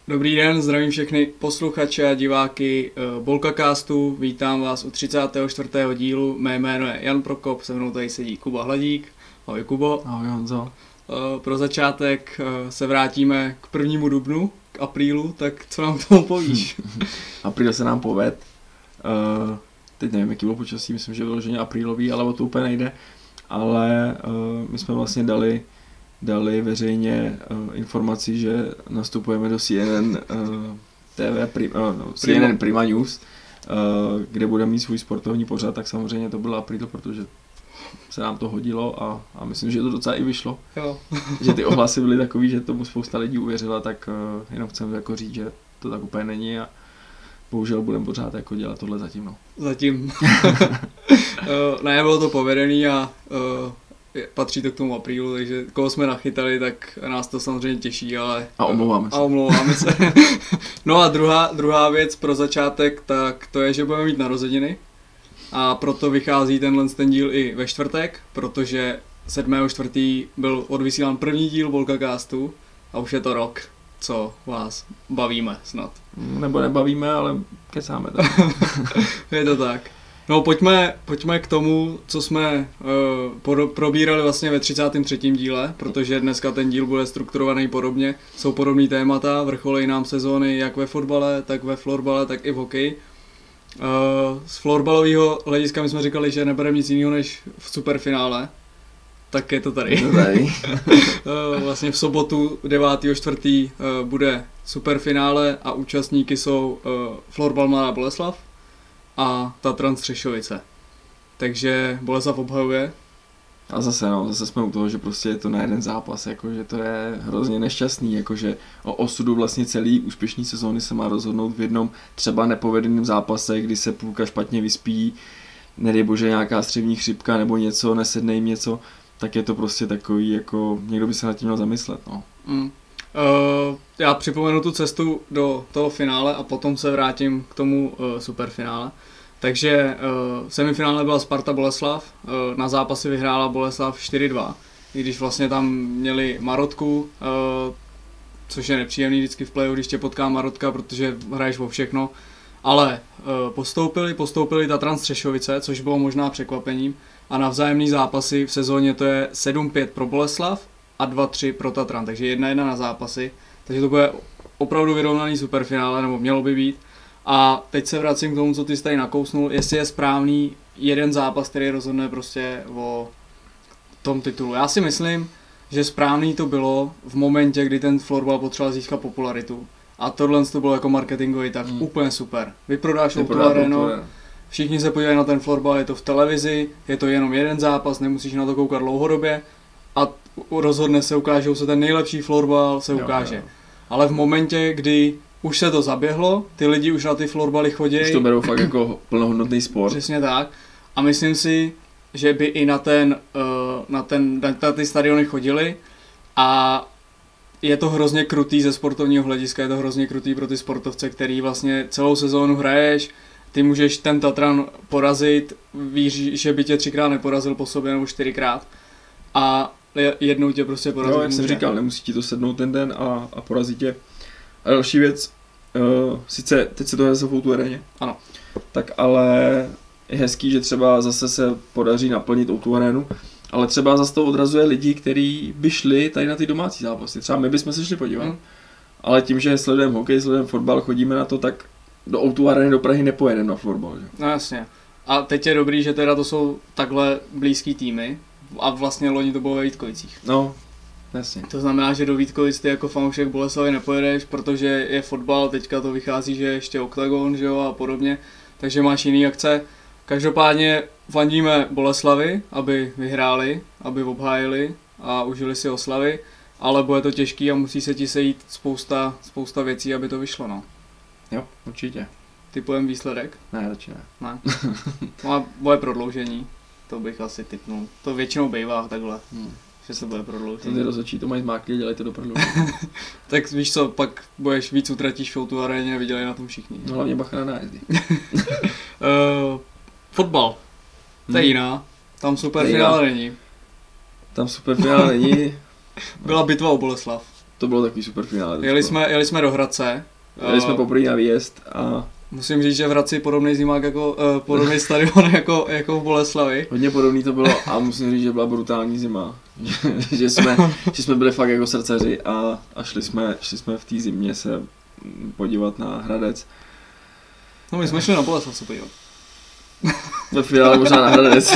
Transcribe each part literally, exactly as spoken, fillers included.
Dobrý den, zdravím všechny posluchače a diváky uh, Bolkacastu. Vítám vás u třicátého čtvrtého dílu. Mé jméno je Jan Prokop, se mnou tady sedí Kuba Hladík. Ahoj Kubo. Ahoj Honzo. Uh, pro začátek uh, se vrátíme k prvnímu dubnu, k aprílu, tak co nám k tomu povíš? Apríl se nám poved. Uh, teď nevím, jaký bylo počasí, myslím, že vyloženě aprílový, ale o to úplně nejde. Ale uh, my jsme vlastně dali dali veřejně uh, informaci, že nastupujeme do C N N uh, T V Prim, uh, no, C N N Prima News, uh, kde budeme mít svůj sportovní pořad, tak samozřejmě to byl apríl, protože se nám to hodilo a, a myslím, že to docela i vyšlo. Jo. Že ty ohlasy byly takový, že tomu spousta lidí uvěřila, tak uh, jenom chcem jako říct, že to tak úplně není a bohužel budeme pořád jako dělat tohle zatím. No. Zatím. uh, ne, bylo to povedený a uh, patří to k tomu aprílu, takže koho jsme nachytali, tak nás to samozřejmě těší, ale... A omlouváme se. A omlouváme se. No a druhá, druhá věc pro začátek, tak to je, že budeme mít narozeniny. A proto vychází tenhle ten díl i ve čtvrtek, protože sedmého čtvrtého byl odvysílán první díl Bolkacastu a už je to rok, co vás bavíme snad. Nebo nebavíme, ale kecáme tak. Je to tak. No pojďme, pojďme k tomu, co jsme uh, probírali vlastně ve třicátém třetím díle, protože dneska ten díl bude strukturovaný podobně. Jsou podobný témata, vrcholej nám sezóny jak ve fotbale, tak ve florbale, tak i v hokeji. Uh, z florbalového hlediska my jsme říkali, že nebereme nic jiného než v superfinále. Tak je to tady. To tady. uh, vlastně v sobotu devátého čtvrtého uh, bude superfinále a účastníky jsou uh, Florbal Mladá Boleslav a Tatran Střešovice. Takže Boleslav obhajuje. A zase no, zase jsme u toho, že prostě je to na jeden zápas, jakože to je hrozně nešťastný, jakože o osudu vlastně celý úspěšný sezóny se má rozhodnout v jednom třeba nepovedeném zápase, kdy se půlka špatně vyspí, nedej bože nějaká střevní chřipka nebo něco, nesedne jim něco, tak je to prostě takový, jako někdo by se nad tím měl zamyslet, no. Mm. Uh, já připomenu tu cestu do toho finále a potom se vrátím k tomu uh, superfinále. Takže uh, v semifinále byla Sparta Boleslav, uh, na zápasy vyhrála Boleslav čtyři dva, i když vlastně tam měli marotku, uh, což je nepříjemný vždycky v playu, když tě potká marotka, protože hraješ o všechno, ale uh, postoupili, postoupili Tatran Střešovice, což bylo možná překvapením, a na vzájemný zápasy v sezóně to je sedm pět pro Boleslav a dva tři pro Tatran, takže jedna jedna na zápasy, takže to bude opravdu vyrovnaný superfinále, nebo mělo by být. A teď se vracím k tomu, co ty jsi tady nakousnul, jestli je správný jeden zápas, který rozhodne prostě o tom titulu. Já si myslím, že správný to bylo v momentě, kdy ten florbal potřeboval získat popularitu. A tohle to bylo jako marketingový tak hmm. úplně super. Vyprodáš O dva Arenu, všichni se podívají na ten florbal, je to v televizi, je to jenom jeden zápas, nemusíš na to koukat dlouhodobě a rozhodne se, ukáže se ten nejlepší florbal, se ukáže. Jo, jo. Ale v momentě, kdy už se to zaběhlo, ty lidi už na ty florbaly chodí. Už to berou fakt jako plnohodnotný sport. Přesně tak. A myslím si, že by i na ten, na, ten, na ty stadiony chodili a je to hrozně krutý ze sportovního hlediska, je to hrozně krutý pro ty sportovce, který vlastně celou sezónu hraješ, ty můžeš ten Tatran porazit, víš, že by tě třikrát neporazil po sobě nebo čtyřikrát a jednou tě prostě porazit no, jak může. Jsem říkal, nemusí ti to sednout ten den a, a porazit tě. A další věc, uh, sice teď se to hraje v O dva aréně, ano. Tak ale je hezký, že třeba zase se podaří naplnit O dva arénu, ale třeba zase to odrazuje lidi, kteří by šli tady na ty domácí zápasy. Třeba my bychom se šli podívat, hmm. ale tím, že sledujeme hokej, sledujeme fotbal, chodíme na to, tak do O dva arény do Prahy nepojedeme na florbal. Že? No jasně. A teď je dobrý, že teda to jsou takhle blízký týmy a vlastně loni to bylo ve Vítkovicích. No. Jasně. To znamená, že do Vítkovic ty jako fanoušek Boleslavy nepojedeš, protože je fotbal, teďka to vychází, že je ještě oktagon, že jo, a podobně, takže máš jiný akce. Každopádně fandíme Boleslavy, aby vyhráli, aby obhájili a užili si oslavy, ale bude to těžký a musí se ti sejít spousta, spousta věcí, aby to vyšlo, no. Jo, určitě. Typujem výsledek? Ne, radši ne. Ne. No bude prodloužení, to bych asi tipnul. To většinou bývá takhle. Hmm. Že se bude prodloužit. To ty rozhodčí to mají zmáklí, dělají to do prodloužení. Tak víš co, pak budeš víc utratíš v O dva aréně a vydělají na tom všichni. No hlavně bacha na nájezdy. uh, fotbal. To je jiná. Tam superfinále není. Tam superfinále není. Byla bitva o Boleslav. to bylo takový super finále. Jeli jsme, jeli jsme do Hradce. Jeli jsme poprvé na výjezd a... Musím říct, že v Hradci podobný zimák jako, uh, podobný stadion jako, jako v Boleslavi. Hodně podobný to bylo a musím říct, že byla brutální zima. že, jsme, že jsme byli fakt jako srdcaři a, a šli jsme, šli jsme v té zimě se podívat na Hradec. No my jsme šli na Boleslav se podívat. Ve finále možná na Hradec.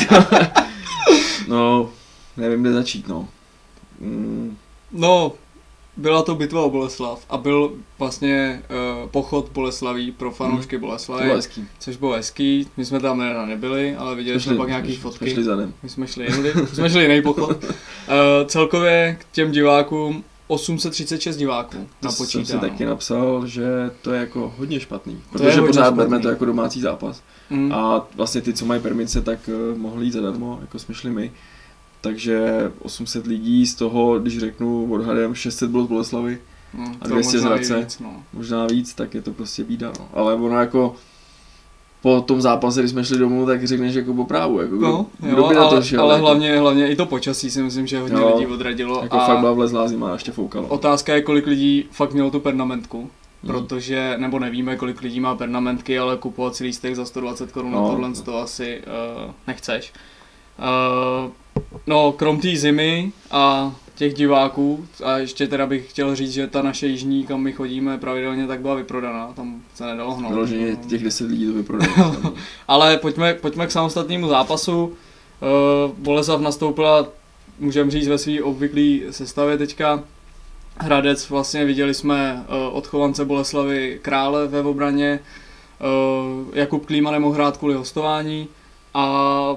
No, nevím, kde začít, no. Mm. No, byla to bitva o Boleslav a byl vlastně uh, pochod Boleslaví pro fanoušky Boleslavy, což bylo hezký. My jsme tam ne, nebyli, ale viděli jsme, jsme pak nějaký fotky. Jsme šli za den. My jsme šli jindy, my jsme šli jiný pochod. Uh, celkově k těm divákům osm set třicet šest diváků napočítá. Jsem si taky napsal, že to je jako hodně špatný, protože pořád bereme to jako domácí zápas. Mm. A vlastně ty, co mají permice, tak uh, mohli jít zadarmo, jako jsme šli my. Takže osm set lidí, z toho, když řeknu odhadem, šest set bylo z Boleslavy mm, a dvě stě z Hradce, víc, no. možná víc, tak je to prostě bída. No. Ale ono jako po tom zápase, když jsme šli domů, tak řekneš jako po právu. Jako kdo, no, kdo jo, by na ale, to šel, ale jako. hlavně, hlavně i to počasí si myslím, že hodně jo, lidí odradilo. Jako a fakt byla vlezlá zima a ještě foukalo. Otázka je, kolik lidí fakt mělo tu pernamentku. Hmm. Protože, nebo nevíme, kolik lidí má pernamentky, ale kupovat si lístek za sto dvacet korun no, na tohle no. to asi uh, nechceš. Uh, no, krom té zimy a těch diváků, a ještě teda bych chtěl říct, že ta naše jižní, kam my chodíme pravidelně, tak byla vyprodaná, tam se nedalo hnout. Vyloženě těch deset lidí to vyprodalo. Ale pojďme, pojďme k samostatnému zápasu. Uh, Boleslav nastoupila, můžeme říct, ve své obvyklé sestavě teďka. Hradec, vlastně viděli jsme uh, odchovance Boleslavy Krále ve obraně, uh, Jakub Klíma nemohl hrát kvůli hostování a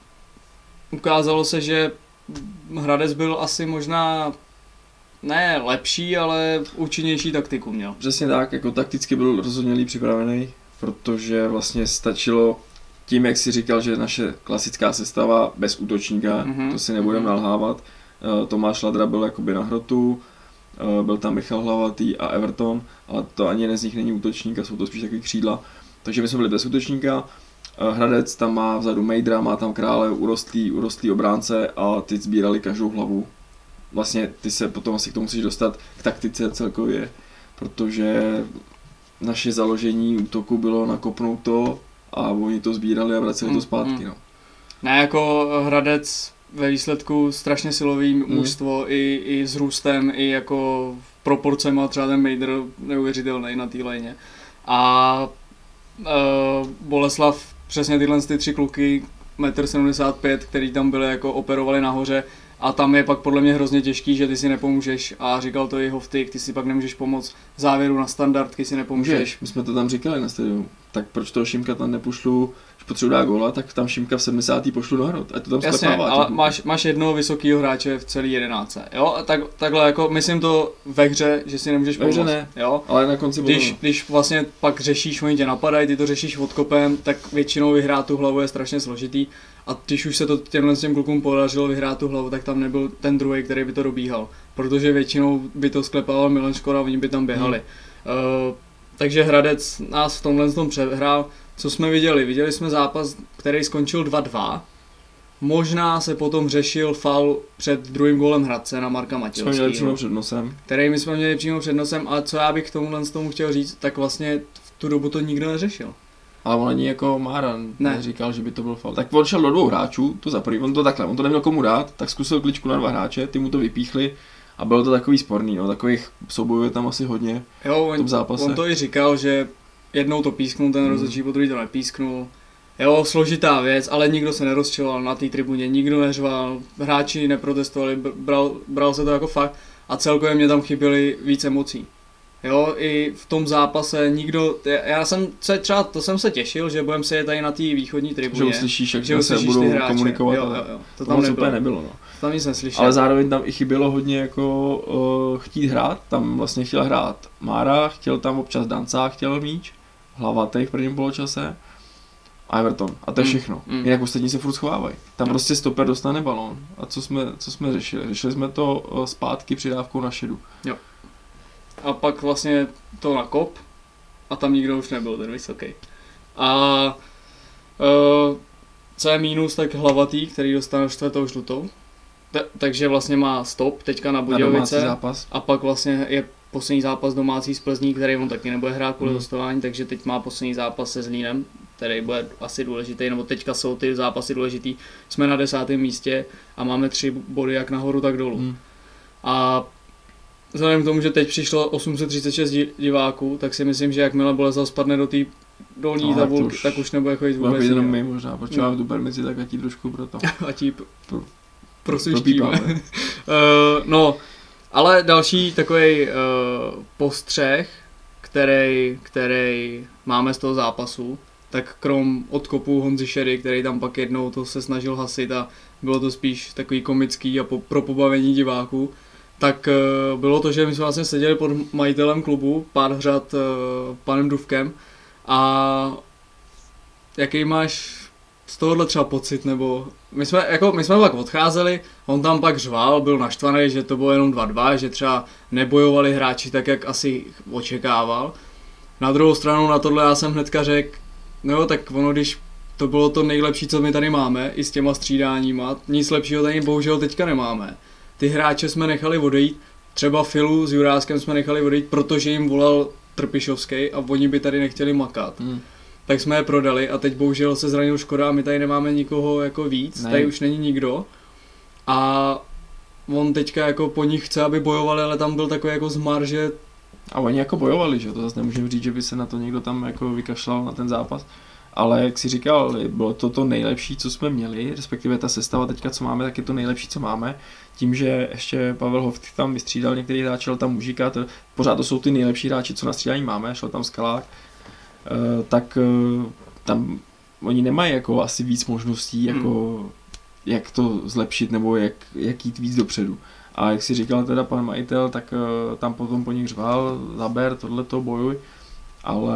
ukázalo se, že Hradec byl asi možná ne lepší, ale účinnější taktiku měl. Přesně tak, jako takticky byl rozhodně líp připravený, protože vlastně stačilo tím, jak si říkal, že naše klasická sestava bez útočníka, mm-hmm. to si nebudeme mm-hmm. nalhávat. Uh, Tomáš Ladra byl jakoby na hrotu, uh, byl tam Michal Hlavatý a Everton, ale to ani jeden z nich není útočník a jsou to spíš takový křídla. Takže my jsme byli bez útočníka. Hradec tam má vzadu Mejdra, má tam Krále, urostlý, urostlý obránce a ty sbírali každou hlavu. Vlastně ty se potom asi k tomu musíš dostat k taktice celkově, protože naše založení útoku bylo nakopnout to a oni to sbírali a vraceli mm, to zpátky. Mm. No. Ne, jako Hradec ve výsledku strašně silový mm. mužstvo i, i s růstem, i jako proporcema, třeba ten Mejdr neuvěřitelný na té lejně. A uh, Boleslav přesně tyhle ty tři kluky, metr sedmdesát pět, který tam byli, jako operovali nahoře a tam je pak podle mě hrozně těžký, že ty si nepomůžeš a říkal to i Hovtyk, ty si pak nemůžeš pomoct závěru na standardky, si nepomůžeš. Můžeš, my jsme to tam říkali na stadionu, tak proč toho Šimka tam nepošlu, když potřebuji dát góla, tak tam Šimka v sedmdesátém pošlu do hrot, ať to tam jasně, sklepává. Ale máš, máš jednoho vysokého hráče v celý jedenáctce, jo, tak, takhle jako myslím to ve hře, že si nemůžeš pomoct, ne, jo, ale na konci když, bylo. Když vlastně pak řešíš, oni tě napadají, ty to řešíš odkopem, tak většinou vyhrát tu hlavu je strašně složitý a když už se to těmhle s těm klukům podařilo vyhrát tu hlavu, tak tam nebyl ten druhý, který by to dobíhal, protože většinou by to sklepával Milan Škoda a oni by tam běhali. Hmm. Uh, takže Hradec nás v tomhle tom přehrál. Co jsme viděli? Viděli jsme zápas, který skončil dva dva. Možná se potom řešil faul před druhým gólem Hradce na Marka Matějovského. Jsme měli přímo před nosem. Který my jsme měli přímo před nosem a co já bych k tomuhle tomu chtěl říct, tak vlastně v tu dobu to nikdo neřešil. Ale on ani jako Mára neříkal, že by to byl faul. Tak on šel do dvou hráčů, to za prvý, on to takhle, on to neměl komu dát, tak zkusil kličku na dva hráče, ty mu to vypíchli. A bylo to takový sporný, no, takových soubojů je tam asi hodně jo, on, v tom zápase. On to i říkal, že jednou to písknul, ten hmm. rozhodčí, po druhý to nepísknul. Jo, složitá věc, ale nikdo se nerozčiloval na té tribuně, nikdo neřval, hráči neprotestovali, bral, bral se to jako fakt a celkově mě tam chyběly víc emocí. Jo, i v tom zápase nikdo, já jsem se třeba, to jsem se těšil, že budeme se je tady na té východní tribuně. Že uslyšíš, jak že se budou komunikovat. Jo, jo, jo. To tam nebylo. nebylo no. Tam nic neslyšel. Ale zároveň tam i chybělo hodně jako uh, chtít hrát, tam vlastně chtěl hrát Mára, chtěl tam občas Dancá, chtěl míč, Hlavatý v prvním poločase a Everton. A to je všechno. Mm, mm. Jinak ostatní se furt schovávají. Tam no. prostě stoper dostane balón. A co jsme, co jsme řešili? Řešili jsme to uh, zpátky přidávkou na šedu. Jo. A pak vlastně to na kop a tam nikdo už nebyl, ten vysoký. A uh, co je mínus, tak Hlavatý, který dostane čtvrtou žlutou. Ta, takže vlastně má stop teďka na Budějovice zápas. A pak vlastně je poslední zápas domácí z Plzní, který on taky nebude hrát kvůli hmm. hostování, takže teď má poslední zápas se Zlínem, který bude asi důležitý, nebo teďka jsou ty zápasy důležitý. Jsme na desátém místě a máme tři body jak nahoru, tak dolů. Hmm. A vzhledem k tomu, že teď přišlo osm set třicet šest diváků, tak si myslím, že jakmile Boleslav spadne do té dolní no, tabulky, tak už nebude chodit vůbec. Jenom my možná, protože no. máme tu permici, tak ať jí trošku proto. ať jí pro, prosuštíme. uh, no, ale další takový uh, postřeh, který, který máme z toho zápasu, tak krom odkopu Honzy Šedy, který tam pak jednou to se snažil hasit a bylo to spíš takový komický a po, pro pobavení diváků, tak uh, bylo to, že my jsme vlastně seděli pod majitelem klubu, pár řad uh, panem Duvkem a jaký máš z tohohle třeba pocit, nebo my jsme, jako, my jsme pak odcházeli, on tam pak řval, byl naštvaný, že to bylo jenom dva dva, že třeba nebojovali hráči tak, jak asi očekával. Na druhou stranu na tohle já jsem hnedka řekl, no jo, tak ono, když to bylo to nejlepší, co my tady máme, i s těma střídáníma, nic lepšího tady bohužel teďka nemáme. Ty hráče jsme nechali odejít, třeba Filu s Juráskem jsme nechali odejít, protože jim volal Trpišovský a oni by tady nechtěli makat. Hmm. Tak jsme je prodali a teď bohužel se zranil Škoda a my tady nemáme nikoho jako víc, ne. Tady už není nikdo. A on teďka jako po nich chce, aby bojovali, ale tam byl takový jako zmar, že... A oni jako bojovali, že to zase nemůžeme říct, že by se na to někdo tam jako vykašlal na ten zápas. Ale jak jsi říkal, bylo to to nejlepší, co jsme měli, respektive ta sestava teďka, co máme, tak je to nejlepší, co máme. Tím, že ještě Pavel Hovt tam vystřídal některý hráč, šel tam Mužíka, to, pořád to jsou ty nejlepší hráči, co na střídání máme, šel tam Skalák, uh, tak uh, tam oni nemají jako asi víc možností, jako hmm. jak to zlepšit nebo jak, jak jít víc dopředu. A jak si říkal teda pan majitel, tak uh, tam potom po nich řval, zaber, tohleto, bojuj, ale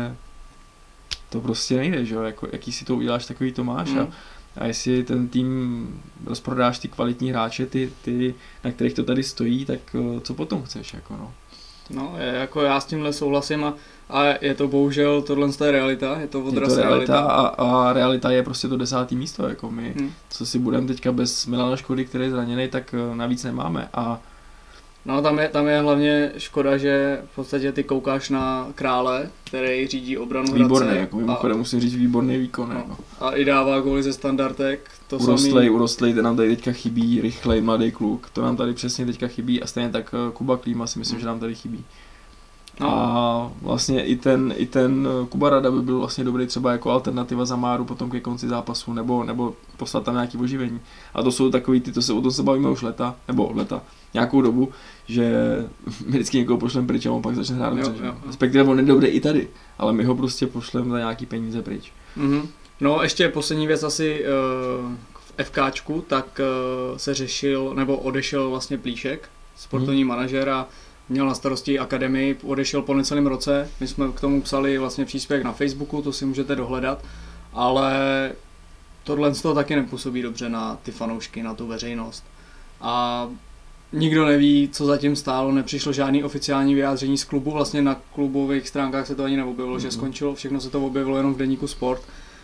to prostě nejde, že jo, jako, jaký si to uděláš, takový to máš hmm. a, a jestli ten tým rozprodáš ty kvalitní hráče, ty, ty, na kterých to tady stojí, tak uh, co potom chceš, jako no. No, je, jako já s tímhle souhlasím a, a je to bohužel, tohle je realita, je to odraz je to realita. realita. A, a realita je prostě to desátý místo, jako my, hmm. co si budeme teďka bez Milana Škody, který je zraněný, tak uh, navíc nemáme a no tam je, tam je hlavně škoda, že v podstatě ty koukáš na Krále, který řídí obranu Hradce. Výborný, jako mimochodem musím říct výborný výkon. No, jako. A i dává góly ze standardek. To urostlej, samý... urostlej, ten nám tady teďka chybí, rychlej, mladý kluk, to nám tady přesně teďka chybí a stejně tak Kuba Klíma si myslím, hmm. že nám tady chybí. No. A vlastně i ten, i ten Kuba Rada by byl vlastně dobrý třeba jako alternativa za Máru potom ke konci zápasu, nebo, nebo poslat tam nějaký oživení. A to jsou takový ty, to se o tom se bavíme už leta, nebo leta, nějakou dobu, že my vždycky někoho pošlem pryč a on pak začne hrát dobře. Respektive on je dobrý i tady, ale my ho prostě pošlem za nějaký peníze pryč. Mm-hmm. No ještě poslední věc asi uh, v FKčku, tak uh, se řešil, nebo odešel vlastně Plíšek, sportovní mm. manažer a měl na starosti akademii, odešel po necelém roce, my jsme k tomu psali vlastně příspěvek na Facebooku, to si můžete dohledat, ale tohle z toho taky nepůsobí dobře na ty fanoušky, na tu veřejnost. A nikdo neví, co zatím stálo, nepřišlo žádný oficiální vyjádření z klubu, vlastně na klubových stránkách se to ani neobjevilo, mm-hmm. že skončilo, všechno se to objevilo jenom v deníku Sport.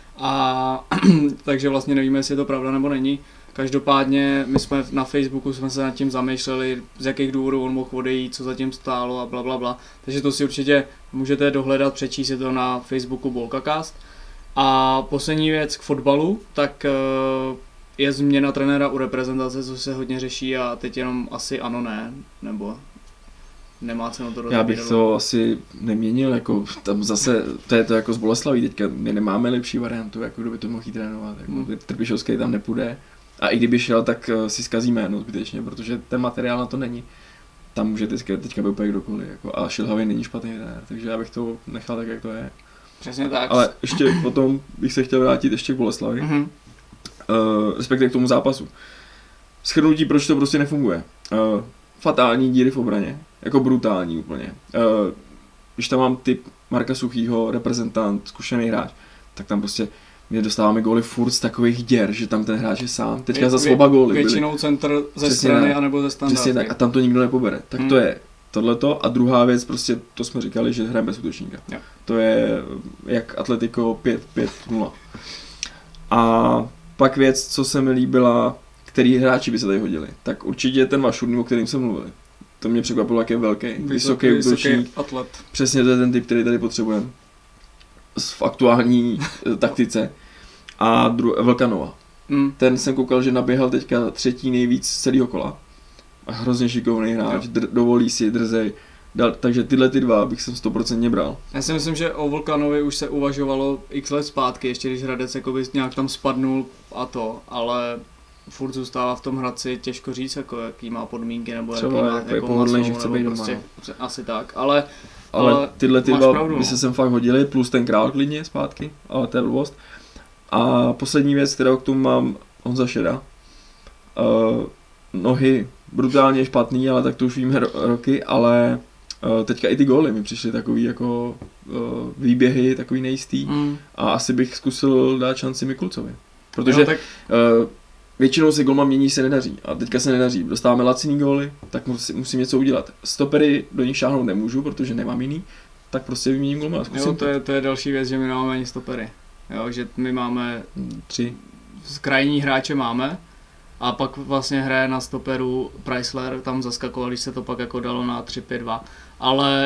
A takže vlastně nevíme, jestli je to pravda nebo není. Každopádně my jsme na Facebooku jsme se nad tím zamýšleli, z jakých důvodů on mohl odejít, co zatím stálo a bla bla bla. Takže to si určitě můžete dohledat, přečíst si to na Facebooku Bolkacast. A poslední věc k fotbalu, tak je změna trenéra u reprezentace, co se hodně řeší a teď jenom asi ano ne, nebo nemá cenu to rozbírat. Já bych to asi neměnil, jako tam zase, to je to jako z Boleslaví, teďka my nemáme lepší variantu, jako kdo by to mohl jít trénovat, jako hmm. Trpišovský tam nepůjde. A i kdyby šel, tak si zkazí jméno zbytečně, protože ten materiál na to není. Tam může teďka, teďka být úplně kdokoliv, jako, a Šilhavý není špatný trenér, takže já bych to nechal tak, jak to je. Přesně tak. Ale ještě potom bych se chtěl vrátit ještě k Boleslavi, mm-hmm. uh, respektive k tomu zápasu. Shrnutí, proč to prostě nefunguje. Uh, fatální díry v obraně, jako brutální úplně. Uh, když tam mám typ Marka Suchýho, reprezentant, zkušený hráč, tak tam prostě my dostáváme góly furt z takových děr, že tam ten hráč je sám. Teďka za oba góly byli. Většinou centr ze Přesně strany ne. anebo ze standardy. Přesně tak a tam to nikdo nepobere. Tak hmm. to je tohleto a druhá věc, prostě to jsme říkali, že hrajeme bez útočníka. Jo. To je jak Atletico pět pět nula. A pak věc, co se mi líbila, který hráči by se tady hodili. Tak určitě ten Vašurný, o kterým jsem mluvil. To mě překvapilo, jak je velký, vysoký útočník. Atlet. Přesně to je ten typ, který tady potřebujeme. V aktuální taktice. A dru- Vlkanova. Mm. Ten jsem koukal, že naběhal teďka třetí nejvíc z celého kola. A hrozně šikovný hráč, dr- dovolí si, drzej. Dal, takže tyhle ty dva bych jsem sto procent bral. Já si myslím, že o Vlkanovi už se uvažovalo x let zpátky, ještě když Hradec jakoby nějak tam spadnul a to, ale furt zůstává v tom Hradci, těžko říct, jako jaký má podmínky, nebo třeba jaký má jako jako pohodlný, masnou, že chce nebo být prostě doma. asi tak, ale, ale, ale tyhle ty dva pravdu, by no. se sem fakt hodili, plus ten král klidně zpátky, ale to je blbost. A poslední věc, kterou k tomu mám, Honza Šeda. Uh, nohy brutálně špatný, ale tak to už víme ro- roky, ale uh, teďka i ty góly mi přišly takový jako uh, výběhy, takový nejistý mm. a asi bych zkusil dát šanci Mikulcovi. Protože jo, tak... uh, většinou se golman mění, se nedaří a teďka se nedaří. Dostáváme laciný góly, tak musím, musím něco udělat. Stopery do nich šáhnout nemůžu, protože nemám jiný, tak prostě vyměním golmana. Jo, to je, to je další věc, že my nemáme ani stopery. Jo, že my máme tři. Z krajní hráče máme a pak vlastně hraje na stoperu Preissler, tam zaskakoval, když se to pak jako dalo na tři pět dva. Ale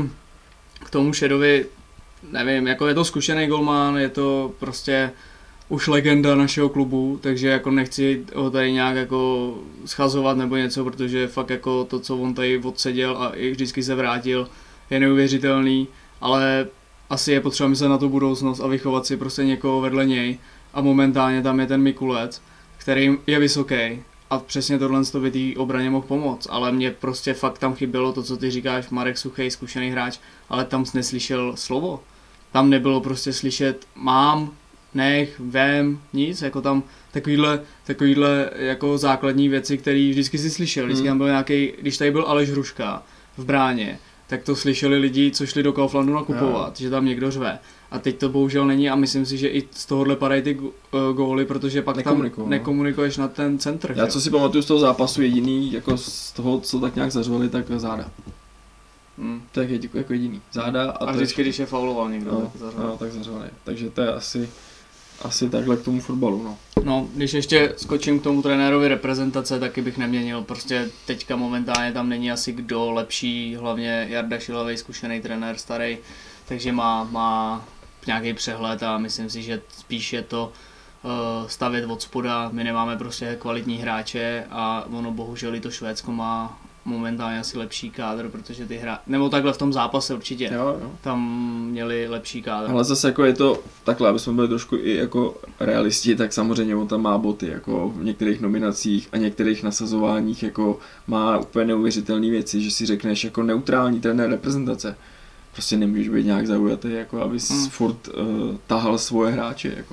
k tomu Šedovi, nevím, jako je to zkušený golman, je to prostě už legenda našeho klubu, takže jako nechci ho tady nějak jako schazovat nebo něco, protože fakt jako to, co on tady odseděl a i vždycky se vrátil, je neuvěřitelný, ale asi je potřeba myslet na tu budoucnost a vychovat si prostě někoho vedle něj a momentálně tam je ten Mikulec, který je vysoký a přesně tohle by té obraně mohl pomoct, ale mě prostě fakt tam chybělo to, co ty říkáš, Marek Suchej, zkušený hráč, ale tam jsi neslyšel slovo. Tam nebylo prostě slyšet mám, nech, vem, nic, jako tam takovýhle, takovýhle jako základní věci, které vždycky si slyšel, vždycky tam byl nějaký, když tady byl Aleš Hruška v bráně, tak to slyšeli lidi, co šli do Kauflandu nakupovat, jo. Že tam někdo řve. A teď to bohužel není a myslím si, že i z tohohle padají ty góly, protože pak tam nekomunikuješ na ten centr. Já co si pamatuju z toho zápasu jediný, jako z toho, co tak nějak zařvali, tak záda. Hmm. To je jako jediný. Záda a, a vždycky, když je fauloval někdo, no, tak zařvali. No, tak zařvali. Takže to je asi, asi takhle k tomu fotbalu. No. no, když ještě skočím k tomu trenérovi reprezentace, taky bych neměnil. Prostě teďka momentálně tam není asi kdo lepší, hlavně Jarda Šilavej, zkušený trenér, starý, takže má, má nějaký přehled a myslím si, že spíš je to uh, stavět od spoda. My nemáme prostě kvalitní hráče a ono bohužel i to Švédsko má momentálně asi lepší kádr, protože ty hra... nebo takhle v tom zápase určitě, jo, jo. Tam měli lepší kádr. Ale zase jako je to takhle, aby jsme byli trošku i jako realisti, tak samozřejmě on tam má boty, jako v některých nominacích a některých nasazováních jako má úplně neuvěřitelné věci, že si řekneš jako neutrální trenér reprezentace. Prostě nemůžeš být nějak zaujatý, jako aby jsi hmm. furt uh, tahal svoje hráče, jako.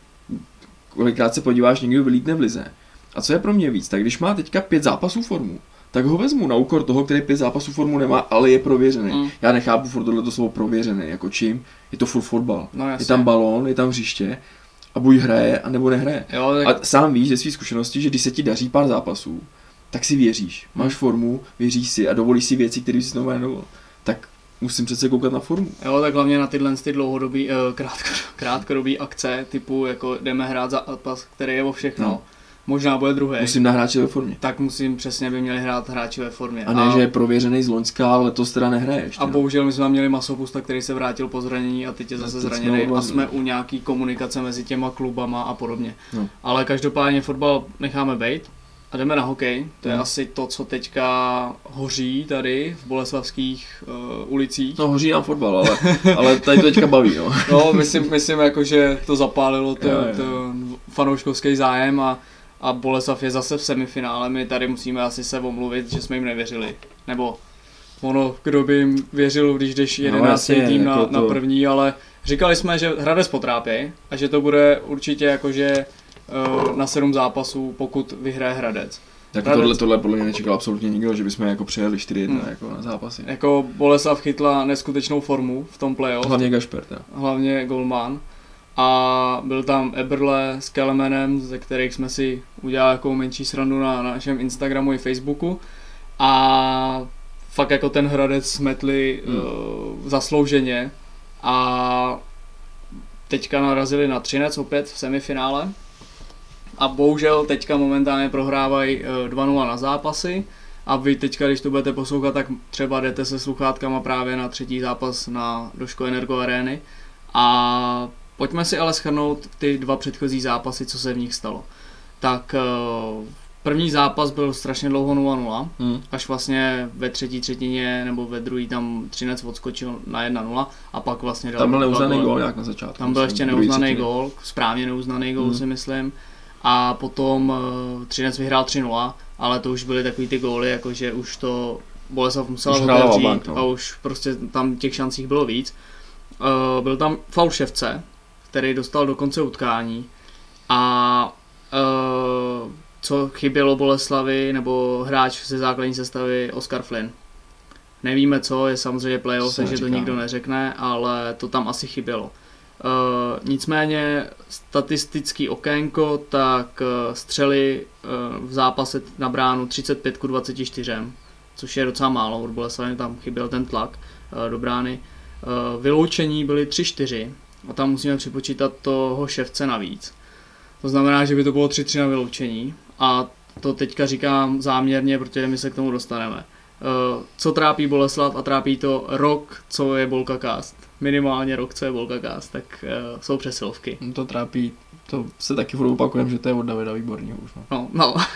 Kolikrát se podíváš, někdo vylítne v lize. A co je pro mě víc, tak když má teďka pět zápasů formu, tak ho vezmu na úkor toho, který pět zápasů formu nemá, ale je prověřený. Mm. Já nechápu furt tohleto slovo prověřený, jako čím? Je to furt fotbal. No, je tam balón, je tam hřiště a buď hraje, anebo nehraje. Jo, tak... A sám víš ze své zkušenosti, že když se ti daří pár zápasů, tak si věříš. Máš mm. formu, věříš si a dovolíš si věci, které jsi znovu nedovolil. Tak musím přece koukat na formu. Jo, tak hlavně na tyhle ty dlouhodobý, krátko, krátkodobý akce, typu jako jdeme hrát zápas, který je o všechno. No. Možná bude druhý. Musím na hráče ve formě. Tak musím, přesně by měli hrát hráči ve formě. A ne, a... že je prověřený z loňska, ale letos teda nehraje ještě. A no. Bohužel my jsme měli Masopusta, který se vrátil po zranění a teď je zase zraněný a jsme u nějaký komunikace mezi těma klubama a podobně. No. Ale každopádně fotbal necháme bejt a jdeme na hokej. To je no. asi to, co teďka hoří tady v boleslavských uh, ulicích. No hoří nám fotbal, ale, ale tady to teďka baví. No, no myslím, myslím jako, že to zapálilo to, jo, jo. to fanouškovský zájem a A Boleslav je zase v semifinále, my tady musíme asi se omluvit, že jsme jim nevěřili. Nebo ono, kdo by jim věřil, když jdeš jedenáctý no, tým na, jako to... na první, ale říkali jsme, že Hradec potrápí a že to bude určitě jakože uh, na sedm zápasů, pokud vyhraje Hradec. Tak Hradec... tohle, tohle podle mě nečekal absolutně nikdo, že bychom jako přijeli čtyři jedna hmm. jako na zápasy. Jako Boleslav chytla neskutečnou formu v tom playoff. Hlavně Gašper. Ta. Hlavně golman. A byl tam Eberle s Kelemanem, ze kterých jsme si udělali jako menší srandu na, na našem Instagramu i Facebooku. A fakt jako ten Hradec smetli hmm. uh, zaslouženě. A teďka narazili na Třinec opět v semifinále. a bohužel teďka momentálně prohrávají dva nula na zápasy a vy teďka, když to budete poslouchat, tak třeba jdete se sluchátkama právě na třetí zápas na Doško Energo Arény a pojďme si ale shrnout ty dva předchozí zápasy, co se v nich stalo. Tak první zápas byl strašně dlouho nula nula, hmm. až vlastně ve třetí třetině nebo ve druhý tam Třinec odskočil na jedna nula a pak vlastně dal... Tam byl neuznaný gól nějak na začátku. Tam byl ještě neuznaný gól, správně neuznaný gól hmm. si myslím. A potom Třinec vyhrál tři nula, ale to už byly takový ty góly, jakože už to Boleslav musela otevřít bank, no. A už prostě tam těch šancích bylo víc. Uh, byl tam faul Ševce, který dostal do konce utkání a uh, co chybělo Boleslavi nebo hráč ze základní sestavy Oskar Flynn. Nevíme co, je samozřejmě playoff, takže to nikdo neřekne, ale to tam asi chybělo. Uh, nicméně statistický okénko, tak uh, střely uh, v zápase na bránu třicet pět ku dvaceti čtyřem, což je docela málo, od Boleslavy tam chyběl ten tlak uh, do brány. Uh, vyloučení byly tři čtyři a tam musíme připočítat toho Ševce navíc. To znamená, že by to bylo tři tři na vyloučení a to teďka říkám záměrně, protože my se k tomu dostaneme. Uh, co trápí Boleslav a trápí to rok, co je Bolkacast. Minimálně rok, co je Bolkacast, tak uh, jsou přesilovky. To trápí, to se taky furt opakujeme, že to je od Davida Výborného už. No, no. no. uh,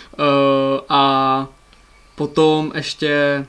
a potom ještě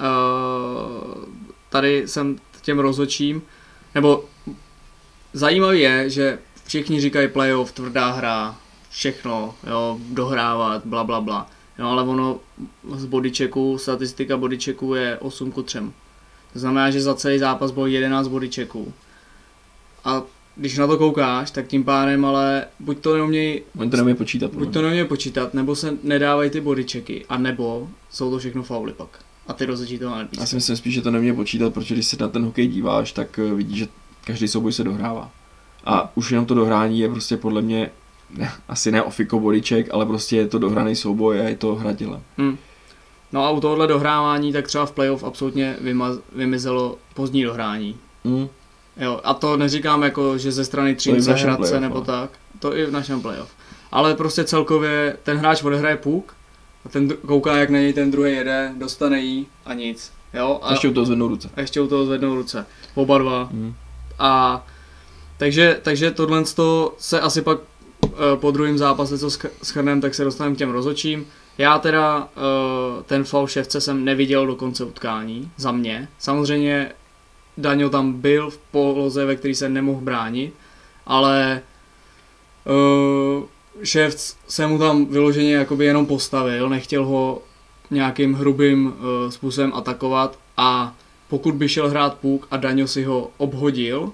uh, tady jsem těm rozhodčím, nebo zajímavé je, že všichni říkají playoff, tvrdá hra, všechno, jo, dohrávat, bla bla bla. No, ale ono z bodychecku, statistika bodychecku je osm ku třem. To znamená, že za celý zápas bylo jedenáct bodychecků. A když na to koukáš, tak tím pádem ale buď to neumějí Oni to neumějí počítat. Buď to neumějí počítat, nebo se nedávají ty bodychecky, a nebo jsou to všechno fauly pak. A ty rozhodčí toho nepískají. Já si myslím spíš, že to neumějí počítat, protože když se na ten hokej díváš, tak vidíš, že každý souboj se dohrává. A hmm. už jenom to dohrání je prostě podle mě ne, asi ne ofiko bodyček, ale prostě je to dohraný souboj a je to hra tělem. Hmm. No a u tohohle dohrávání tak třeba v playoff absolutně vymaz, vymizelo pozdní dohrání. Hmm. Jo, a to neříkám jako, že ze strany Třince, Hradce nebo tak, to i v našem playoff. Ale prostě celkově ten hráč odehraje puk a ten kouká, jak na něj ten druhý jede, dostane jí a nic. Jo? A ještě u toho zvednou ruce. A ještě u toho zvednou ruce. Oba dva. Hmm. A takže, takže tohle se asi pak po druhém zápase, co shrnem, tak se dostaneme k těm rozhodčím. Já teda ten faul Ševce jsem neviděl do konce utkání, za mě. Samozřejmě Daňo tam byl v poloze, ve který se nemohl bránit, ale uh, Ševc se mu tam vyloženě jakoby jenom postavil, nechtěl ho nějakým hrubým uh, způsobem atakovat a pokud by šel hrát puk a Daňo si ho obhodil,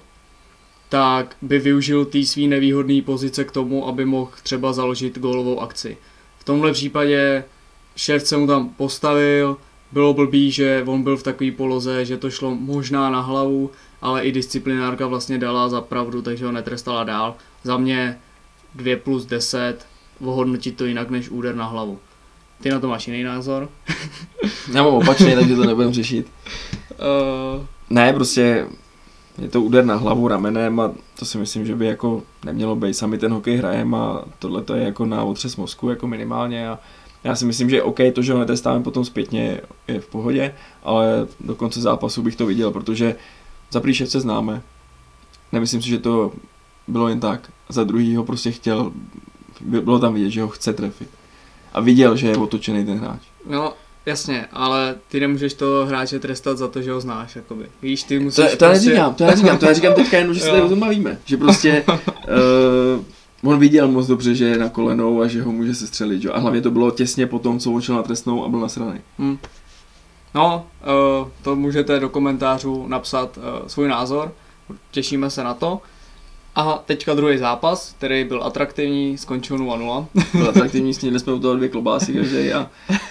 tak by využil té svý nevýhodné pozice k tomu, aby mohl třeba založit gólovou akci. V tomhle případě Ševc se mu tam postavil, bylo blbý, že on byl v takové poloze, že to šlo možná na hlavu, ale i disciplinárka vlastně dala za pravdu, takže ho netrestala dál. Za mě dva plus deset, ohodnotit to jinak než úder na hlavu. Ty na to máš jiný názor? Já mám opačný, takže to nebudem řešit. Uh... Ne, prostě je to úder na hlavu ramenem a to si myslím, že by jako nemělo být. Sami ten hokej hrajem a tohle to je jako na otřes mozku jako minimálně a já si myslím, že je OK to, že ho netestáme potom zpětně, je v pohodě, ale do konce zápasu bych to viděl, protože za prvý Ševce známe. Nemyslím si, že to bylo jen tak. Za druhý ho prostě chtěl, bylo tam vidět, že ho chce trefit. A viděl, že je otočený ten hráč. No, jasně, ale ty nemůžeš toho hráče trestat za to, že ho znáš, jakoby. Víš, ty musíš to, to prostě... neříkám, to neříkám, to já říkám teďka jenom, že se tady o tom bavíme. Že prostě... uh, On viděl moc dobře, že je na kolenou a že ho může sestřelit, jo? A hlavně to bylo těsně po tom, co odšel na trestnou a byl nasranej. Hmm. No, uh, to můžete do komentářů napsat uh, svůj názor, těšíme se na to. A teďka druhý zápas, který byl atraktivní, skončil nula nula. Byl atraktivní, snědli jsme u toho dvě klobásy každý a,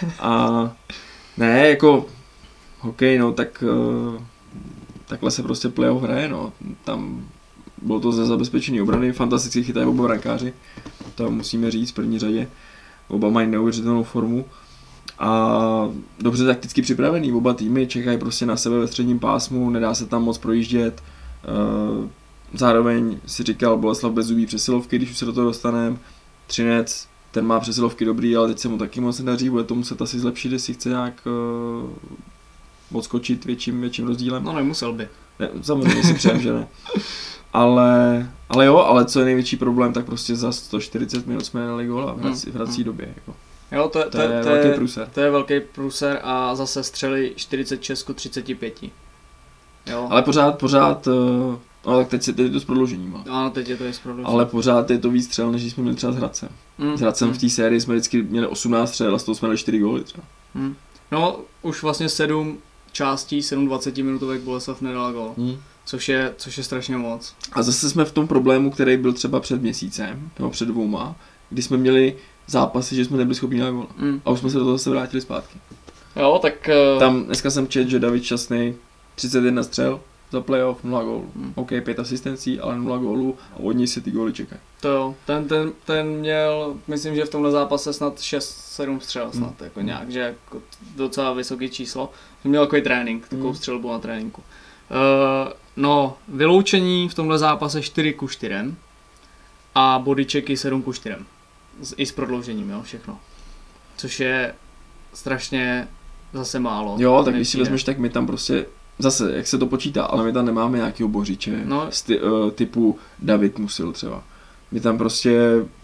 a ne, jako hokej, no tak uh, takhle se prostě playoff hraje, no. Tam bylo to ze zabezpečení obrany, fantasticky chytají oba brankáři, to musíme říct v první řadě. Oba mají neuvěřitelnou formu a dobře takticky připravený. Oba týmy čekají prostě na sebe ve středním pásmu, nedá se tam moc projíždět. Zároveň si říkal Boleslav bez zubí přesilovky, když už se do toho dostaneme. Třinec, ten má přesilovky dobrý, ale teď se mu taky moc nedaří, bude to muset asi zlepšit, jestli chce nějak uh, odskočit větším, větším rozdílem. No nemusel by. Ne, samozřejmě si přejem, že ne. Ale, ale jo, ale co je největší problém, tak prostě za sto čtyřicet minut jsme nedali góla v hrací, v hrací době. Jako. Jo, to, to, to, je to, velký je, průser. To je velký průser a zase střeli čtyřicet šest ku třiceti pěti. Jo. Ale pořád, pořád, no tak teď, se, teď je to s prodloužením. Ano, teď je to i s prodloužením. Ale pořád je to víc střel, než jsme měli třeba s Hradcem. Mm. S Hradcem mm. v té sérii jsme vždycky měli osmnáct střel a z toho jsme dali čtyři góly třeba. Mm. No, už vlastně sedm částí, sedm dvacetiminutovek Boleslav nedala gól. Mm. Což je, což je strašně moc. A zase jsme v tom problému, který byl třeba před měsícem, nebo před dvouma, kdy jsme měli zápasy, že jsme nebyli schopni dát góla. Mm. A už jsme se do toho zase vrátili zpátky. Jo, tak... Uh... Tam dneska jsem četl, že David Šťastný třicet jedna střel za playoff, nula gólů. Mm. OK, pět asistencí, ale nula gólů a od něj si ty góly čekají. To jo, ten, ten, ten měl, myslím, že v tomhle zápase snad šest sedm střel snad, mm. jako nějak, že jako docela vysoké číslo. Měl takový trénink, takovou mm. střelbu na tréninku. Uh, no, vyloučení v tomhle zápase čtyři ku čtyřem a bodyčeky sedm ku čtyřem. Z, I s prodloužením, jo, všechno. Což je strašně zase málo. Jo, tak když si vezmeš, tak my tam prostě, zase, jak se to počítá, ale my tam nemáme nějakýho bořiče, no. Sty, uh, typu David Musil třeba. My tam prostě,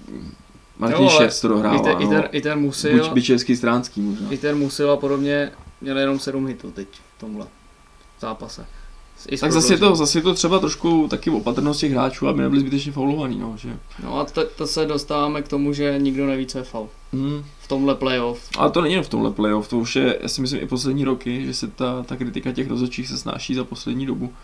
Martin Šerc to dohrává, i ten, no. i ten, i ten Musil, Buď Bičevský, Stránský možná. I ten Musil a podobně měl jenom sedm hitů teď v tomhle zápase. Tak zase je, to, zase je to třeba trošku taky opatrnost těch hráčů, aby nebyli zbytečně faulovaný, no, že? No a to, to se dostáváme k tomu, že nikdo neví, co je faul. Hmm. V tomhle playoff. Ale to není jen v tomhle playoff, to už je, já si myslím, i poslední roky, že se ta, ta kritika těch rozhodčích se snáší za poslední dobu.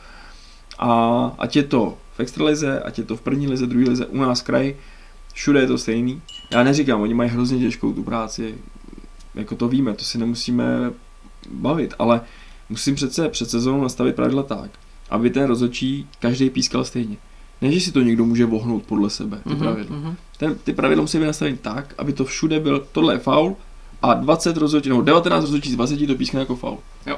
A ať je to v extralize, ať je to v první lize, druhé lize, u nás kraj, všude je to stejný. Já neříkám, oni mají hrozně těžkou tu práci, jako to víme, to si nemusíme bavit, ale musím přece před sezónou nastavit pravidla tak, aby ten rozhodčí každý pískal stejně. Ne, že si to někdo může vohnout podle sebe, ty mm-hmm, pravidla. Mm-hmm. Ten, ty pravidla musí být nastavit tak, aby to všude byl, tohle je faul a dvacet rozhodčí, nebo devatenáct rozhodčí z dvaceti to pískne jako faul. Jo.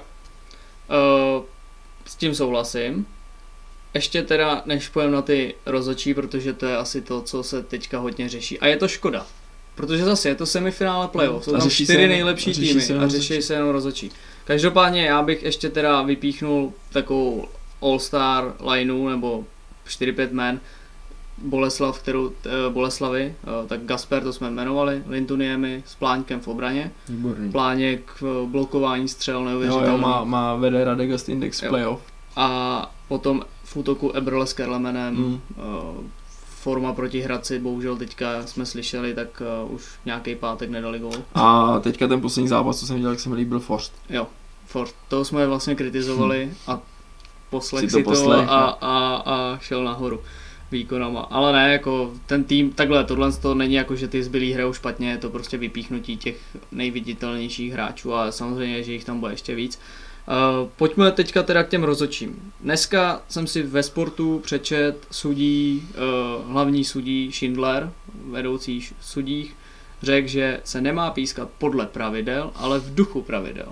Uh, s tím souhlasím. Ještě teda, než půjdeme na ty rozhodčí, protože to je asi to, co se teďka hodně řeší. A je to škoda. Protože zase je to semifinále playoff, jsou tam čtyři nejlepší týmy a řeší se jenom rozhodčí. Každopádně já bych ještě teda vypíchnul takovou all-star lineu nebo čtyři pět men Boleslav, kterou, e, Boleslavy, e, tak Gasper, to jsme jmenovali, Lintuniemi s Pláňkem v obraně. Výborný. Pláněk v blokování střel neuvěřitelný. Jo, jo, má, má vede Radegast Index playoff. A potom v útoku Eberle s Kerlemenem, mm. e, forma proti Hradci, bohužel teďka jsme slyšeli, tak uh, už nějaký pátek nedali gól. A teďka ten poslední zápas, co jsem viděl, jak se mi líbil Forst. Jo, Forst, to jsme vlastně kritizovali hm. a poslech si to, si to poslech, a, a, a šel nahoru výkonama. Ale ne, jako ten tým, takhle, tohle to není jako, že ty zbylí hrajou špatně, je to prostě vypíchnutí těch nejviditelnějších hráčů a samozřejmě, že jich tam bude ještě víc. Uh, pojďme teďka teda k těm rozhodčím. Dneska jsem si ve Sportu přečet sudí, uh, hlavní sudí Schindler, vedoucí sudích, řekl, že se nemá pískat podle pravidel, ale v duchu pravidel.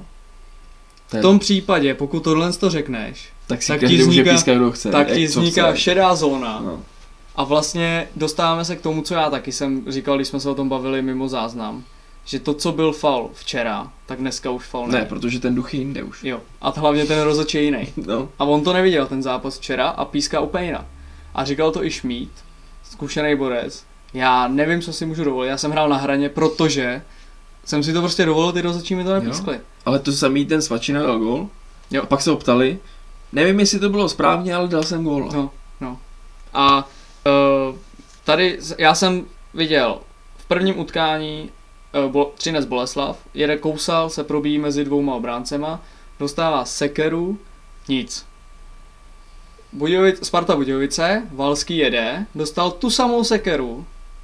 V tom případě, pokud tohle to řekneš, tak, si tak ti vzniká, pískat, kdo chce, tak ti vzniká šedá zóna. No. A vlastně dostáváme se k tomu, co já taky jsem říkal, když jsme se o tom bavili mimo záznam, že to, co byl faul včera, tak dneska už faul ne. Ne, protože ten duch je jinde už. Jo. A hlavně ten rozhodčí je jiný. No. A on to neviděl, ten zápas včera, a píská úplně jinak. A říkal to i Šmíd, zkušený borec. Já nevím, co si můžu dovolit. Já jsem hrál na hraně, protože jsem si to prostě dovolil, ty rozhodčí mi to nepískli. Jo. Ale to samý ten Svačina dal gól. Jo. A pak se ho ptali. Nevím, jestli to bylo správně, ale dal jsem gól. No, no. A uh, tady já jsem viděl v prvním utkání Třinec Boleslav, jede Kousal, se probíjí mezi dvouma obráncema, dostává sekeru, nic. Budějovic, Sparta Budějovice, Valský jede, dostal tu samou sekeru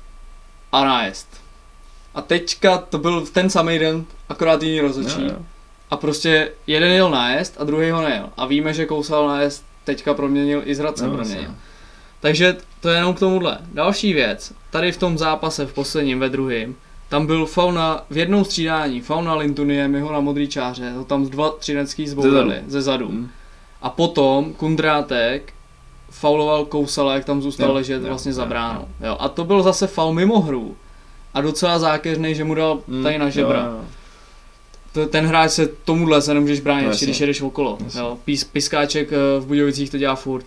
a nájezd. A teďka to byl ten samý den, akorát jiný rozhodčí. No, no. A prostě jeden jel nájezd a druhý ho nejel. A víme, že Kousal nájezd teďka proměnil i s Hradcem no, proměnil. No. Takže to je jenom k tomuhle. Další věc, tady v tom zápase v posledním, ve druhém, tam byl faul na, v jednom střídání, faul na Lintuniemiho na modrý čáře, to tam dva třinecký zbourali ze zadu. Hmm. A potom Kundrátek fauloval Kousala, jak tam zůstal jo, ležet jo, vlastně jo, za bránou. Jo. A to byl zase faul mimo hru. a docela zákeřnej, že mu dal tady na žebra. Jo, jo. Ten hráč se tomuhle se nemůžeš bránit, Jasně. když jedeš okolo. Jo. Pís, Piskáček v Budějovicích to dělá furt.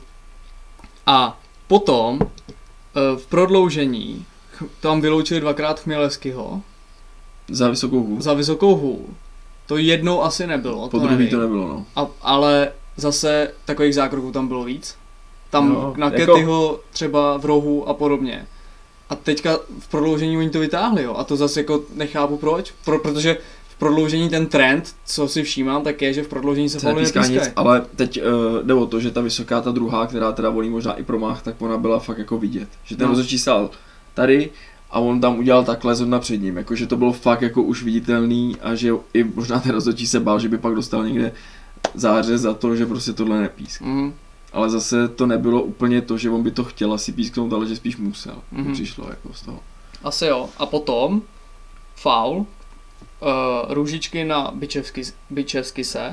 A potom v prodloužení tam vyloučili dvakrát Chmělevskýho. Za vysokou hůl. Za vysokou hůl. To jednou asi nebylo. Po druhý to nebylo, no. A, ale zase takových zákroků tam bylo víc. Tam no, na jako... Ketyho třeba v rohu a podobně. A teďka v prodloužení oni to vytáhli, jo. A to zase jako nechápu proč. Pro, protože v prodloužení ten trend, co si všímám, tak je, že v prodloužení se fauly nepískají. Ale teď uh, jde o to, že ta vysoká, ta druhá, která teda volí možná i promáh, tak ona byla fakt jako vidět. Že ten no. rozhodčí stál tady a on tam udělal takhle zrovna před ním. Jakože to bylo fakt jako už viditelný a že i možná ten rozhodčí se bál, že by pak dostal někde zářez za to, že prostě tohle nepísk. Mm. Ale zase to nebylo úplně to, že on by to chtěl asi písknout, ale že spíš musel. Mm-hmm. Přišlo jako z toho. Asi jo. A potom faul. Uh, Růžičky na Bičevsky, Bičevsky se.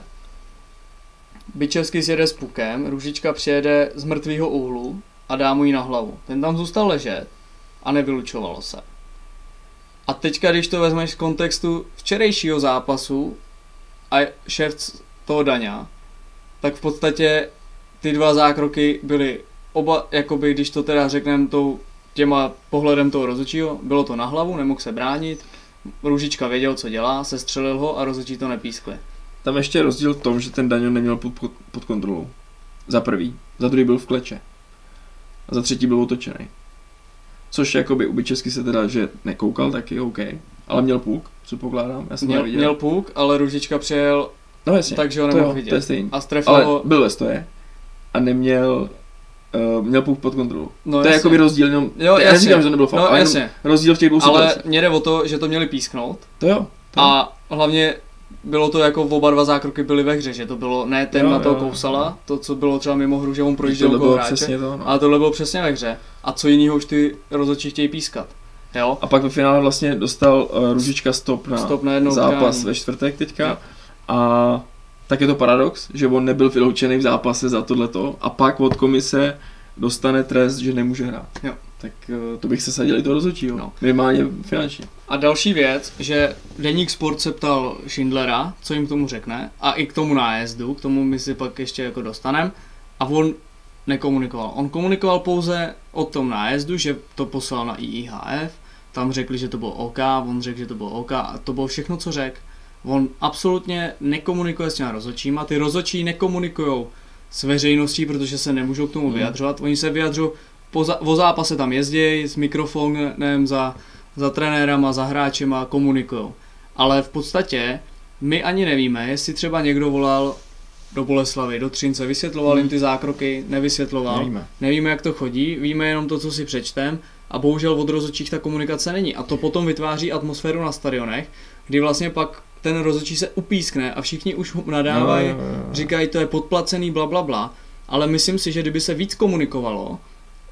Bičevsky sjede s pukem, Růžička přijede z mrtvýho úhlu a dá mu ji na hlavu. Ten tam zůstal ležet a nevylučovalo se. A teďka, když to vezmeš z kontextu včerejšího zápasu a šéf toho Daňa, tak v podstatě ty dva zákroky byly oba, jakoby, když to teda řekneme tou, těma pohledem toho rozhodčího, bylo to na hlavu, nemohl se bránit, Růžička věděl, co dělá, sestřelil ho a rozhodčí to nepískli. Tam ještě je rozdíl v tom, že ten Daňo neměl pod, pod, pod kontrolou. Za prvý. Za druhý byl v kleče. A za třetí byl otočený. Což jakoby u Bičevsky se teda, že nekoukal, taky OK. Ale měl puk, co pokládám. Já jsem měl, neviděl. měl puk, ale Růžička přijel, no jasně, takže ho nemohl jo, vidět. To je stejný. A strefil ale ho... byl ve stoje a neměl... Uh, měl puk pod kontrolou. No, to je jakoby rozdíl jenom... Jo, já neříkám, že to nebylo fakt, no, ale jenom rozdíl v těch dvou situacích. Ale mě jde o to, že to měli písknout. To jo. To a hlavně bylo to jako oba dva zákroky byly ve hře, že to bylo ne ten jo, na toho jo, Kousala, jo. to co bylo třeba mimo hru, že on projížděl okolo hráče, to, no. ale tohle bylo přesně ve hře. A co jinýho už ty rozhodčí chtějí pískat. Jo? A pak ve finále vlastně dostal uh, Růžička stop na, stop na zápas utkání. Ve čtvrtek teďka. Jo. A tak je to paradox, že on nebyl vyloučený v zápase za tohleto a pak od komise dostane trest, že nemůže hrát. Jo. Tak uh, to bych se sadil i toho rozhodčího. No. Minimálně finančně. A další věc, že Deník Sport se ptal Schindlera, co jim k tomu řekne, a i k tomu nájezdu, k tomu my si pak ještě jako dostaneme, a on nekomunikoval. On komunikoval pouze o tom nájezdu, že to poslal na I I H F, tam řekli, že to bylo OK, on řekl, že to bylo OK, a to bylo všechno, co řekl. On absolutně nekomunikuje s těma rozhodčíma, ty rozhodčí nekomunikujou s veřejností, protože se nemůžou k tomu hmm. vyjadřovat, oni se vyjadřují po, o zápase, tam jezdí s mikrofonem za, za trenérama, za hráčema, komunikujou. Ale v podstatě my ani nevíme, jestli třeba někdo volal do Boleslavy, do Třince, vysvětloval hmm. jim ty zákroky, nevysvětloval. Nevíme. Nevíme, jak to chodí, víme jenom to, co si přečtem, a bohužel od rozhodčích ta komunikace není. A to potom vytváří atmosféru na stadionech, kdy vlastně pak ten rozhodčí se upískne a všichni už nadávají, no, no, no. říkají, to je podplacený, bla, bla, bla. Ale myslím si, že kdyby se víc komunikovalo, uh,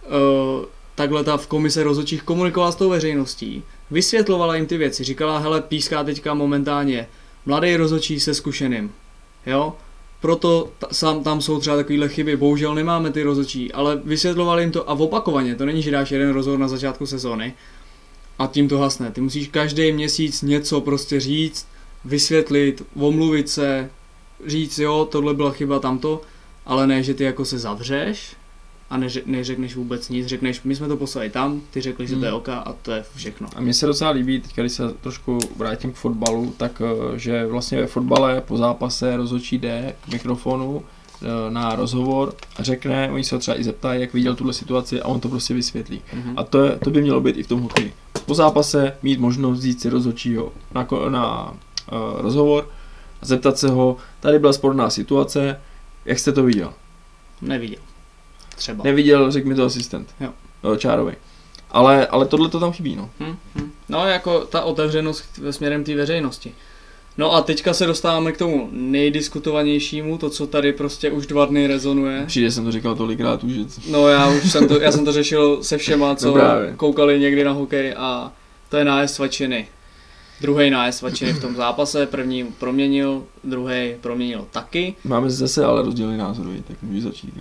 takhle ta v komise rozhodčích komunikovala s tou veřejností, vysvětlovala jim ty věci, říkala, hele, píská teďka momentálně mladý rozhodčí se zkušeným, jo, proto t- tam jsou třeba takovýhle chyby, bohužel nemáme ty rozhodčí, ale vysvětlovali jim to a opakovaně, to není, že dáš jeden rozhovor na začátku sezóny a tím to hasne, ty musíš každý měsíc něco prostě říct, vysvětlit, omluvit se, říct, jo, tohle byla chyba, tamto, ale ne, že ty jako se zavřeš a neřek, neřekneš vůbec nic, řekneš, my jsme to poslali tam, ty řekli, že to je OK a to je všechno. A mně se docela líbí, teď když se trošku vrátím k fotbalu, tak že vlastně ve fotbale po zápase rozhodčí jde k mikrofonu na rozhovor a řekne, oni se ho třeba i zeptají, jak viděl tuhle situaci a on to prostě vysvětlí. Mm-hmm. A to, je, to by mělo být i v tom hokeji. Po zápase mít možnost vzít si rozhodčího na, na uh, rozhovor a zeptat se ho, tady byla sporná situace, jak jste to viděl? Neviděl. Třeba. Neviděl, řekl mi to asistent. Jo. Čárovej. Ale, ale tohle to tam chybí, no. Hmm, hmm. No, jako ta otevřenost směrem té veřejnosti. No a teďka se dostáváme k tomu nejdiskutovanějšímu, to, co tady prostě už dva dny rezonuje. Přijde, jsem to říkal tolikrát už. No já už jsem to, já jsem to řešil se všema, co no koukali někdy na hokej, a to je nájezd Svačiny. Druhý nájezd Svačiny v tom zápase, první proměnil, druhý proměnil taky. Máme zase ale rozdílný názory, tak můžu začít.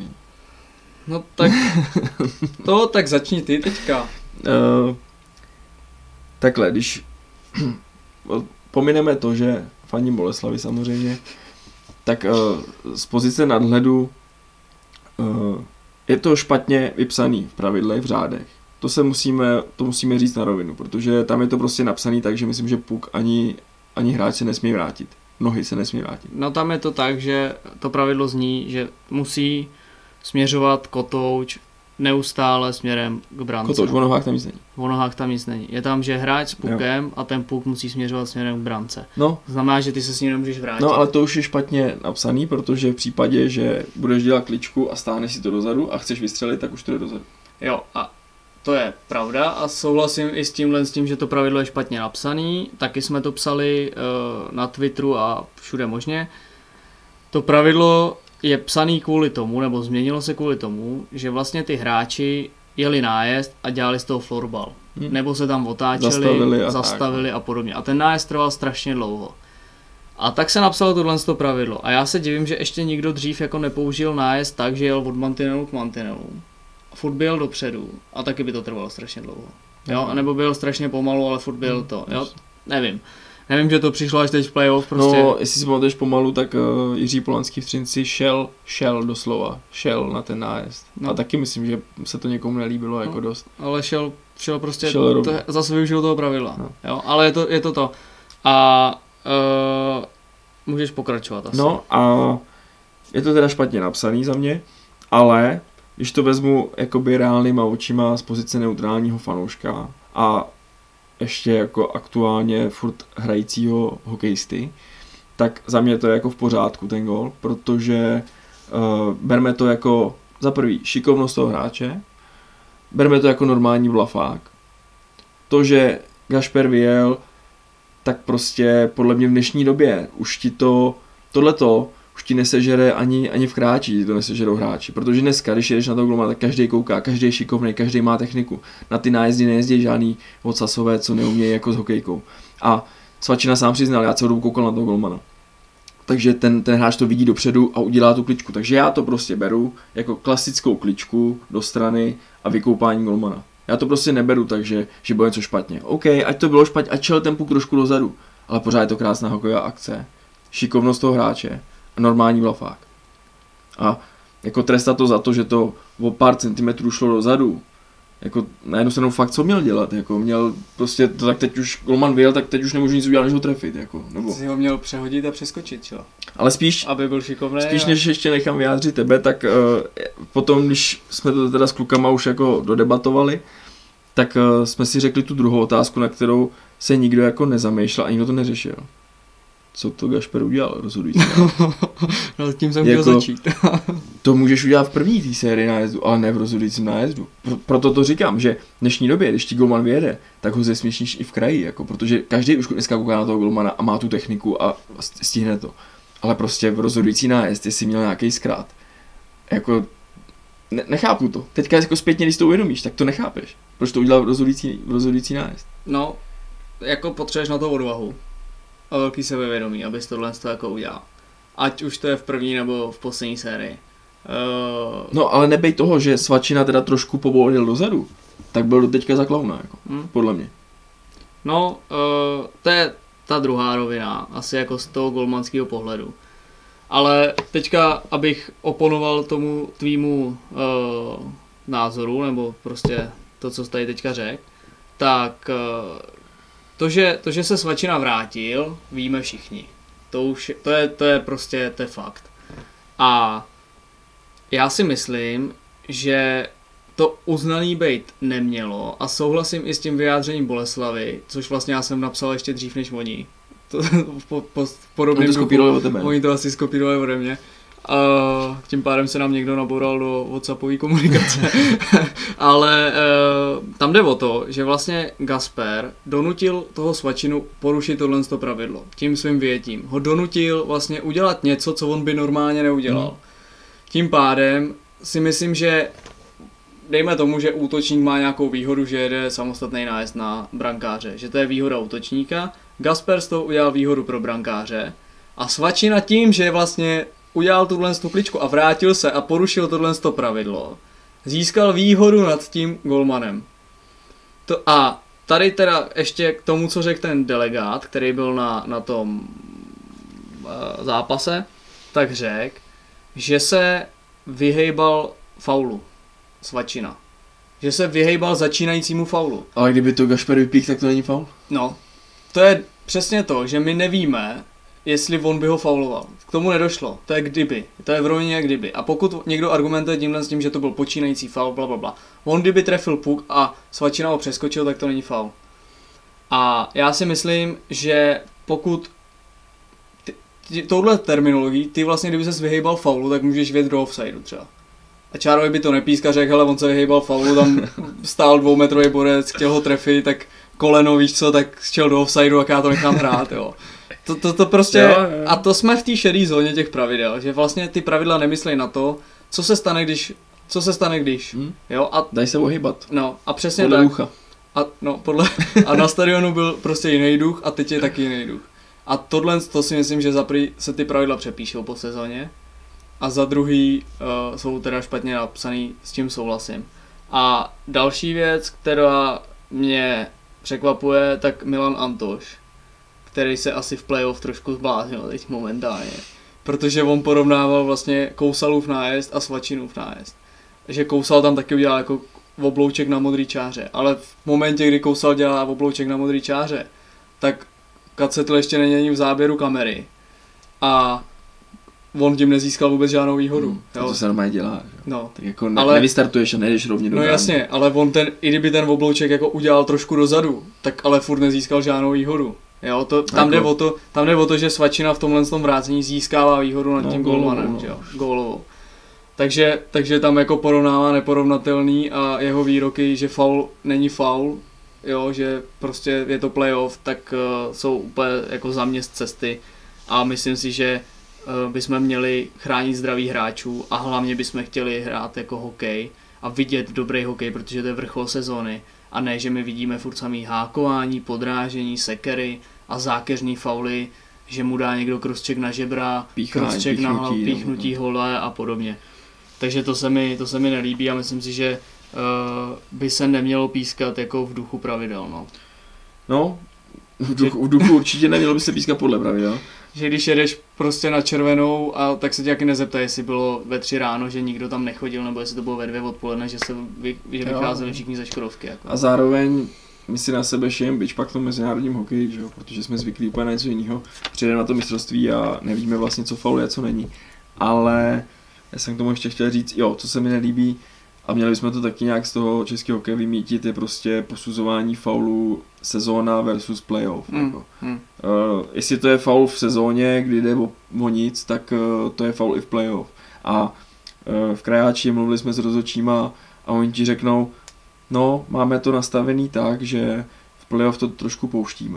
No tak, to tak začni ty teďka. Uh, takhle, když pomineme to, že faním Boleslavy samozřejmě, tak uh, z pozice nadhledu uh, je to špatně vypsaný v pravidlech, v řádech. To se musíme, to musíme říct na rovinu, protože tam je to prostě napsaný tak, že myslím, že puk ani, ani hráč se nesmí vrátit. Nohy se nesmí vrátit. No tam je to tak, že to pravidlo zní, že musí směřovat kotouč neustále směrem k brance. Kotouč, o nohách tam nic není. O nohách tam nic není. Je tam, že hráč s pukem jo. a ten puk musí směřovat směrem k brance. No. Znamená, že ty se s ním nemůžeš vrátit. No ale to už je špatně napsaný, protože v případě, že budeš dělat kličku a stáhneš si to dozadu a chceš vystřelit, tak už to jde dozadu. Jo, a to je pravda a souhlasím i s tímhle s tím, že to pravidlo je špatně napsaný. Taky jsme to psali uh, na Twitteru a všude možně. To pravidlo je psaný kvůli tomu, nebo změnilo se kvůli tomu, že vlastně ty hráči jeli nájezd a dělali z toho florbal. Hmm. Nebo se tam otáčeli, zastavili a, zastavili a podobně. A ten nájezd trval strašně dlouho. A tak se napsalo tohle pravidlo. A já se divím, že ještě nikdo dřív jako nepoužil nájezd tak, že jel od mantinelu k mantinelu. Furt byl dopředu a taky by to trvalo strašně dlouho. Jo? A nebo byl strašně pomalu, ale furt byl to. Jo? Nevím. Nevím, že to přišlo až teď v playoff prostě. No, jestli si pamatuješ pomalu, tak uh, Jiří Polanský v Třinci šel, šel doslova, šel na ten nájezd. No. A taky myslím, že se to někomu nelíbilo no, jako dost. Ale šel, šel prostě, šel to, zase využil toho pravidla. No. Jo? Ale je to, je to to. A uh, můžeš pokračovat asi. No a je to teda špatně napsaný za mě, ale když to vezmu jakoby reálnýma očima z pozice neutrálního fanouška a ještě jako aktuálně furt hrajícího hokejisty, tak za mě to je jako v pořádku ten gól, protože uh, berme to jako za prvý šikovnost toho hráče, berme to jako normální vlafák. To, že Gašper vyjel, tak prostě podle mě v dnešní době už ti to, tohleto už ti nesežere ani, ani v kráči, ti to nesežerou hráči, protože dneska, když jedeš na toho golmana, tak každý kouká, každý je šikovný, každý má techniku. Na ty nájezdy nejezdí žádný odsasové, co neumějí jako s hokejkou. A Svačina sám přiznal, já celou dobu koukal na toho golmana. Takže ten, ten hráč to vidí dopředu a udělá tu kličku. Takže já to prostě beru jako klasickou kličku do strany a vykoupání golmana. Já to prostě neberu tak, že, že bylo něco špatně. OK, ať to bylo špatně, ať šel ten puk trošku dozadu, ale pořád je to krásná hokejová akce. Šikovnost toho hráče. Normální vlafák. A jako trestat to za to, že to o pár centimetrů šlo dozadu, jako na jednu stranu fakt co měl dělat, jako měl prostě, to, tak teď už golman vyjel, tak teď už nemůžu nic udělat, než ho trefit, jako, nebo. Jsi ho měl přehodit a přeskočit, čo? Ale spíš, aby byl šikovný. Spíš a... než ještě nechám vyjádřit tebe, tak uh, potom, když jsme to teda s klukama už jako dodebatovali, tak uh, jsme si řekli tu druhou otázku, na kterou se nikdo jako nezamýšlel a nikdo to neřešil. Co to Gašper udělal rozhodující? No tím jsem chtěl začít. To můžeš udělat v první té sérii nájezdu, ale ne v rozhodujícím nájezdu. Pro, proto to říkám, že v dnešní době, když ti golman vyjede, tak ho zesměšníš i v kraji, jako, protože každý už dneska kouká na toho golmana a má tu techniku a stihne to. Ale prostě v rozhodující nájezd, jestli měl nějaký zkrát. Jako, ne, nechápu to. Teďka jako zpětně, když to uvědomíš, tak to nechápeš. Proč to udělal v rozhodující, v rozhodující nájezd? No, jako potřebuješ na to odvahu a velký sebevědomí, abys tohle jako udělal. Ať už to je v první nebo v poslední sérii. Uh... No ale nebej toho, že Svačina teda trošku povolil dozadu, tak byl do teďka za klauna, jako, hmm. podle mě. No, uh, to je ta druhá rovina, asi jako z toho golmanského pohledu. Ale teďka, abych oponoval tomu tvýmu uh, názoru, nebo prostě to, co jsi tady teďka řekl, tak uh, to, že, to, že se Svačina vrátil, víme všichni. To, už, to, je, to je prostě to je fakt. A já si myslím, že to uznaný bejt nemělo a souhlasím i s tím vyjádřením Boleslavy, což vlastně já jsem napsal ještě dřív než oni. To, po, po, podobným to skopírovali od tebe. Oni to asi skopírovali ode mě. A tím pádem se nám někdo naboural do WhatsAppové komunikace. Ale uh, tam jde o to, že vlastně Gasper donutil toho Svačinu porušit tohle pravidlo. Tím svým vyjetím. Ho donutil vlastně udělat něco, co on by normálně neudělal. Hmm. Tím pádem si myslím, že dejme tomu, že útočník má nějakou výhodu, že jede samostatný nájezd na brankáře. Že to je výhoda útočníka. Gasper z toho udělal výhodu pro brankáře. A Svačina tím, že vlastně udělal tuhle kličku a vrátil se a porušil tohle pravidlo, získal výhodu nad tím golmanem. To, a tady teda ještě k tomu, co řekl ten delegát, který byl na, na tom uh, zápase, tak řekl, že se vyhejbal faulu Svačina. Že se vyhejbal začínajícímu faulu. Ale kdyby to Gašper vypích, tak to není faul? No, to je přesně to, že my nevíme, jestli on by ho fauloval. K tomu nedošlo. To je kdyby. To je v rovině kdyby. A pokud někdo argumentuje tímhle s tím, že to byl počínající faul, bla, bla, bla. On kdyby trefil puk a Svačina ho přeskočil, tak to není faul. A já si myslím, že pokud ty, ty, touhle terminologií, ty vlastně kdyby ses vyhejbal faulu, tak můžeš vědět do offsideu třeba. A Čárovi by to nepíska, řekl, hele, on se vyhejbal faulu, tam stál dvoumetrový borec, chtěl ho trefit, tak koleno, víš co, tak šel do offsideu, tak já to nechám hrát, jo. To, to, to prostě, jo, jo. A to jsme v té šedé zóně těch pravidel, že vlastně ty pravidla nemyslejí na to, co se stane, když, co se stane, když, hmm. jo. A, daj se ohýbat. No, a přesně podle tak. Ducha. A, no, podle, a na stadionu byl prostě jiný duch a teď je taky jiný duch. A tohle to si myslím, že za prvý se ty pravidla přepíšou po sezóně a za druhý uh, jsou teda špatně napsaný, s tím souhlasím. A další věc, která mě překvapuje, tak Milan Antoš, který se asi v playoff trošku zbláznil teď momentálně. Protože on porovnával vlastně Kousalův nájezd a Svačinův nájezd. Že Kousal tam taky udělal jako oblouček na modrý čáře, ale v momentě, kdy Kousal dělá oblouček na modrý čáře, tak Kacetl ještě není v záběru kamery a on tím nezískal vůbec žádnou výhodu. Hmm, to, to se normálně dělá. Že? No. Tak jako ne, ale, nevystartuješ a nejdeš rovně do No brány. jasně, ale on ten, i kdyby ten oblouček jako udělal trošku dozadu, tak ale furt nezískal žádnou výhodu. Jo, to, tam, jako... jde o to, tam jde o to, že Svačina v tomhle tom vrácení získává výhodu nad no, tím golmanem, no. jo, gólovou. Takže, takže tam jako porovnává neporovnatelný a jeho výroky, že faul není faul, jo, že prostě je to playoff, tak uh, jsou úplně jako za mě z cesty a myslím si, že uh, bychom měli chránit zdraví hráčů a hlavně bychom chtěli hrát jako hokej a vidět dobrý hokej, protože to je vrchol sezóny a ne, že my vidíme furt samý hákování, podrážení, sekery a zákeřný fauly, že mu dá někdo crosscheck na žebra, crosscheck na hlavu, píchnutí hole a podobně. Takže to se mi, to se mi nelíbí a myslím si, že uh, by se nemělo pískat jako v duchu pravidel. No, no v, duchu, v duchu určitě nemělo by se pískat podle pravidel. Že když jedeš prostě na červenou, a tak se tě taky nezeptaj, jestli bylo ve tři ráno, že nikdo tam nechodil, nebo jestli to bylo ve dvě odpoledne, že, se vy, že vycházeli všichni ze Škodovky. Jako. A zároveň my si na sebe šijeme bič pak v tom mezinárodním hokeji, že jo? Protože jsme zvyklí úplně na něco jiného. Přijdeme na to mistrovství a nevíme vlastně, co faul je a co není. Ale já jsem k tomu ještě chtěl říct, jo, co se mi nelíbí, a měli bychom to taky nějak z toho českého hokeje vymítit, je prostě posuzování faulu sezóna versus playoff. Mm, jako. mm. Uh, jestli to je faul v sezóně, kdy jde o, o nic, tak uh, to je faul i v playoff. A uh, v Krajáči mluvili jsme s rozhodčíma a oni ti řeknou, no, máme to nastavený tak, že v playoff to trošku pouštíme.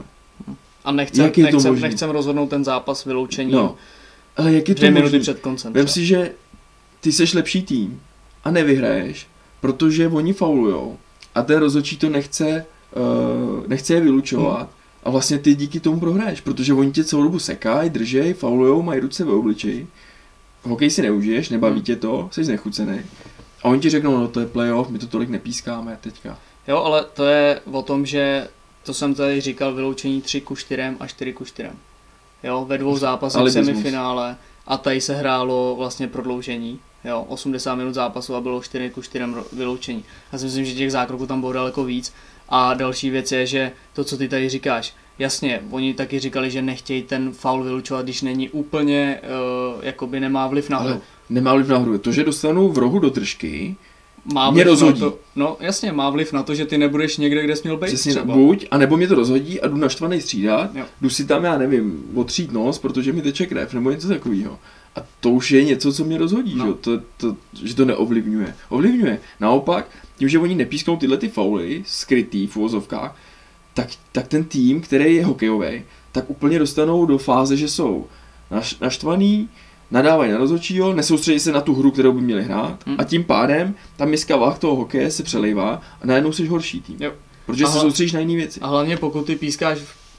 A nechcem, nechcem, nechcem rozhodnout ten zápas vyloučení no, ale jak je to dvě minuty před koncem. Vem si, že ty seš lepší tým a nevyhraješ, protože oni faulujou a ten rozhodčí to nechce, uh, nechce je vylučovat hmm. a vlastně ty díky tomu prohraješ, protože oni tě celou dobu sekají, držej, faulujou, mají ruce ve obličeji, hokej si neužiješ, nebaví tě to, jsi znechucený a oni ti řeknou, no to je playoff, my to tolik nepískáme teďka. Jo, ale to je o tom, že to jsem tady říkal, vyloučení tři ku čtyřem a čtyři ku čtyřem. Jo, ve dvou zápasech v semifinále a tady se hrálo vlastně prodloužení. Jo, osmdesát minut zápasu a bylo čtyři ku čtyřem vyloučení. Já si myslím, že těch zákroků tam bylo daleko víc. A další věc je, že to, co ty tady říkáš, jasně, oni taky říkali, že nechtějí ten faul vylučovat, když není úplně, uh, jakoby nemá vliv na hru. Ale nemá vliv na hru. To, že dostanu v rohu do držky, má mě rozhodí. To, no jasně, má vliv na to, že ty nebudeš někde, kde jsi měl být. Přesně, třeba. Buď, anebo mě to rozhodí a jdu naštvanej střídat, jo. Jdu si tam, já nevím, otřít nos, protože mi teče krev, nebo něco takového. A to už je něco, co mě rozhodí, no. že? To, to, že to neovlivňuje. Ovlivňuje. Naopak, tím, že oni nepísknou tyhle ty fauly, skrytý v uvozovkách, tak, tak ten tým, který je hokejový, tak úplně dostanou do fáze, že jsou naš, naštvaný, nadávají na rozhodčího, nesoustředí se na tu hru, kterou by měli hrát hmm. a tím pádem ta miska vah toho hokeje se přelejvá a najednou jsi horší tým. Jo. Protože a se hla... soustředíš na jiné věci. A hlavně pokud ty pískáš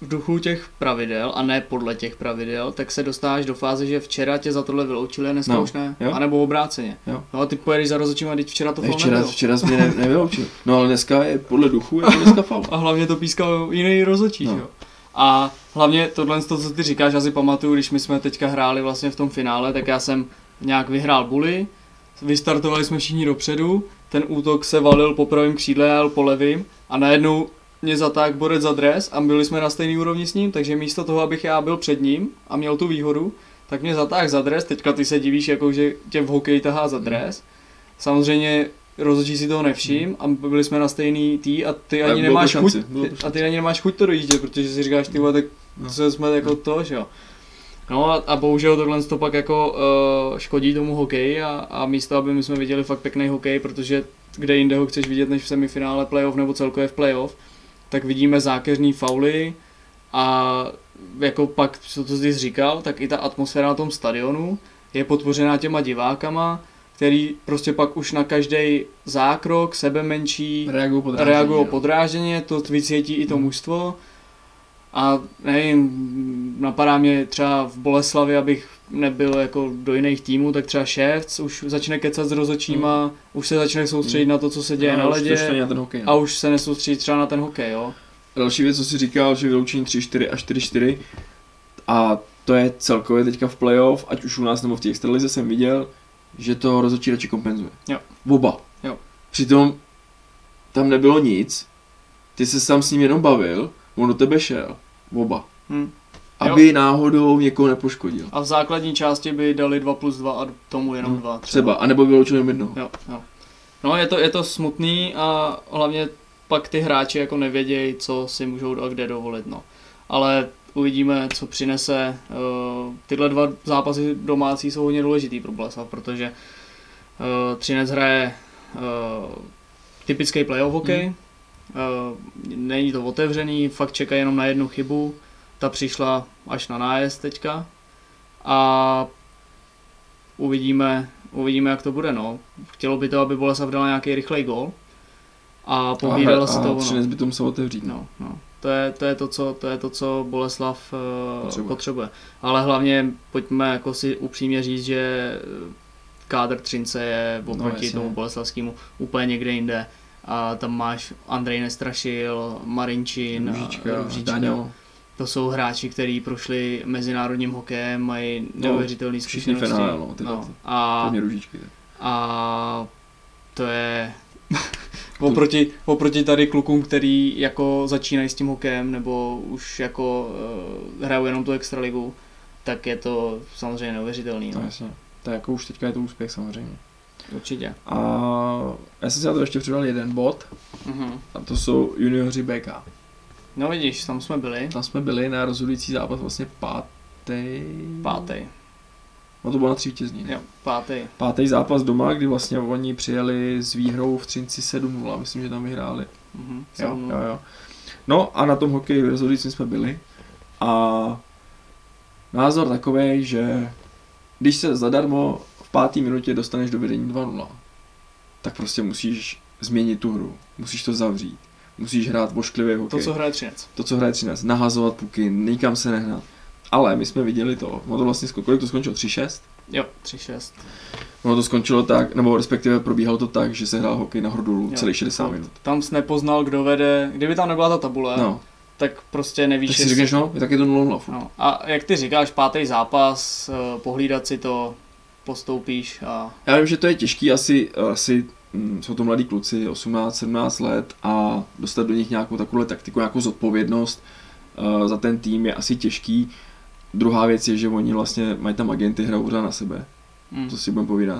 v duchu těch pravidel a ne podle těch pravidel, tak se dostáváš do fáze, že včera tě za tohle vyloučili a dneska No, už ne, jo. anebo obráceně. Jo. No a ty pojedeš za rozhodčím a teď včera to Ne, faul včera, nebyl. včera jsi mě ne, nevyloučil. No ale dneska je podle duchu, je to dneska faul. A hlavně to pískal jiný rozhodčí, No. jo. A hlavně tohle, to, co ty říkáš, já si pamatuju, když my jsme teďka hráli vlastně v tom finále, tak já jsem nějak vyhrál bully, vystartovali jsme všichni dopředu, ten útok se valil po pravém křídle, já jel po levým a najednou mě zatáhl borec za dres a byli jsme na stejný úrovni s ním, takže místo toho, abych já byl před ním a měl tu výhodu, tak mě zatáhl za dres, teďka ty se divíš, jako že tě v hokeji tahá za dres. Samozřejmě rozhodčí si toho nevšim a byli jsme na stejný tý a ty Ale ani bylo nemáš to chuť, šanci, bylo to a šanci. ty ani nemáš chuť to dojíždět, protože si říkáš, ty vole, tak No. co jsme jako to, že jo. No a, a bohužel tohle to pak jako uh, škodí tomu hokeji a, a místo, aby my jsme viděli fakt pěkný hokej, protože kde jinde ho chceš vidět než v semifinále playoff nebo celkově v playoff, tak vidíme zákeřný fauly a jako pak, co to jsi říkal, tak i ta atmosféra na tom stadionu je podpořená těma divákama, který prostě pak už na každý zákrok, sebe menší, Reagují podrážděně. reagují no. podrážděně, to vycítí i to mužstvo. A nevím, napadá mě třeba v Boleslavi, abych nebyl jako do jiných týmů, tak třeba Ševc už začne kecat s rozhodčíma, mm. už se začne soustředit mm. na to, co se děje No, na už to ledě šlo na ten hokej, no. a už se nesoustředí třeba na ten hokej, jo. Další věc, co jsi říkal, že vyloučení tři čtyři a čtyři čtyři a to je celkově teďka v playoff, ať už u nás nebo v té extralize jsem viděl, že to rozhodčí radši kompenzuje. Jo. Oba. Jo. Přitom tam nebylo nic, ty se sám s ním jenom bavil, on do tebe šel. Oba. Hm. Aby náhodou někoho nepoškodil. A v základní části by dali dva plus dva a tomu jenom No, dva. Třeba, anebo vyloučil jenom jednoho. Jo, jo. No je to, je to smutný a hlavně pak ty hráči jako nevědějí, co si můžou a kde dovolit, no. Ale uvidíme, co přinese. Uh, tyhle dva zápasy domácí jsou hodně důležitý pro Boleslav, protože uh, Třinec hraje uh, typický playoff hokej. Hmm. Uh, není to otevřený, fakt čekají jenom na jednu chybu. Ta přišla až na nájezd teďka. A uvidíme, uvidíme, jak to bude, no. Chtělo by to, aby Boleslav dala nějaký rychlej gól. A povídala se to ono. Třinec by to musel otevřít. No, no. To je, to, je to, co, to je to, co Boleslav uh, potřebuje. potřebuje. Ale hlavně pojďme jako si upřímně říct, že kádr Třince je oproti no, tomu boleslavskému úplně někde jinde. A tam máš Andrej Nestrašil, Marinčin, Růžička, Růžička. Daňo. To jsou hráči, kteří prošli mezinárodním hokejem, mají No, neuvěřitelné všichni zkušenosti. finále, no, tyhle no. ty. A, Kromě Růžičky. a to je oproti, oproti tady klukům, který jako začínají s tím hokejem nebo už jako uh, hrajou jenom tu extraligu, tak je to samozřejmě neuvěřitelný. No. No jasně. To je jako už teďka je to úspěch samozřejmě. Určitě. A já jsem si na to ještě přidal jeden bod, Uh-huh. a to jsou junioři bé ká. No vidíš, tam jsme byli. Tam jsme byli na rozhodující zápas vlastně pátý. Pátý. No to bylo na tři vítězní. ne? Jo, pátý. Pátý zápas doma, kdy vlastně oni přijeli s výhrou v Třinci sedm nula, myslím, že tam vyhráli. Uh-huh. Jo, jo, jo. No a na tom hokeji rozhodujícím jsme byli a názor takovej, že když se zadarmo v páté minutě dostaneš do vedení dva nula, tak prostě musíš změnit tu hru, musíš to zavřít, musíš hrát vošklivý hokej. To, co hraje Třinec. To, co hraje Třinec, nahazovat puky, nikam se nehnat. Ale my jsme viděli to, ono to vlastně, kolik to skončilo, tři šest? Jo, tři šest. Ono to skončilo tak, nebo respektive probíhalo to tak, že se hrál hokej nahoru dolů celý šedesát minut. Tam jsi nepoznal, kdo vede, kdyby tam nebyla ta tabule, No, tak prostě nevíš, tak si řekneš, no, tak je to nula nula. No. A jak ty říkáš, pátý zápas, eh, pohlídat si to, postoupíš a... Já vím, že to je těžký, asi, asi mm, jsou to mladí kluci, osmnáct sedmnáct let a dostat do nich nějakou takovou taktiku, nějakou zodpovědnost uh, za ten tým je asi těžký. Druhá věc je, že oni vlastně mají tam agenty, hrajou pořád na sebe, Hmm. to si budeme povídat.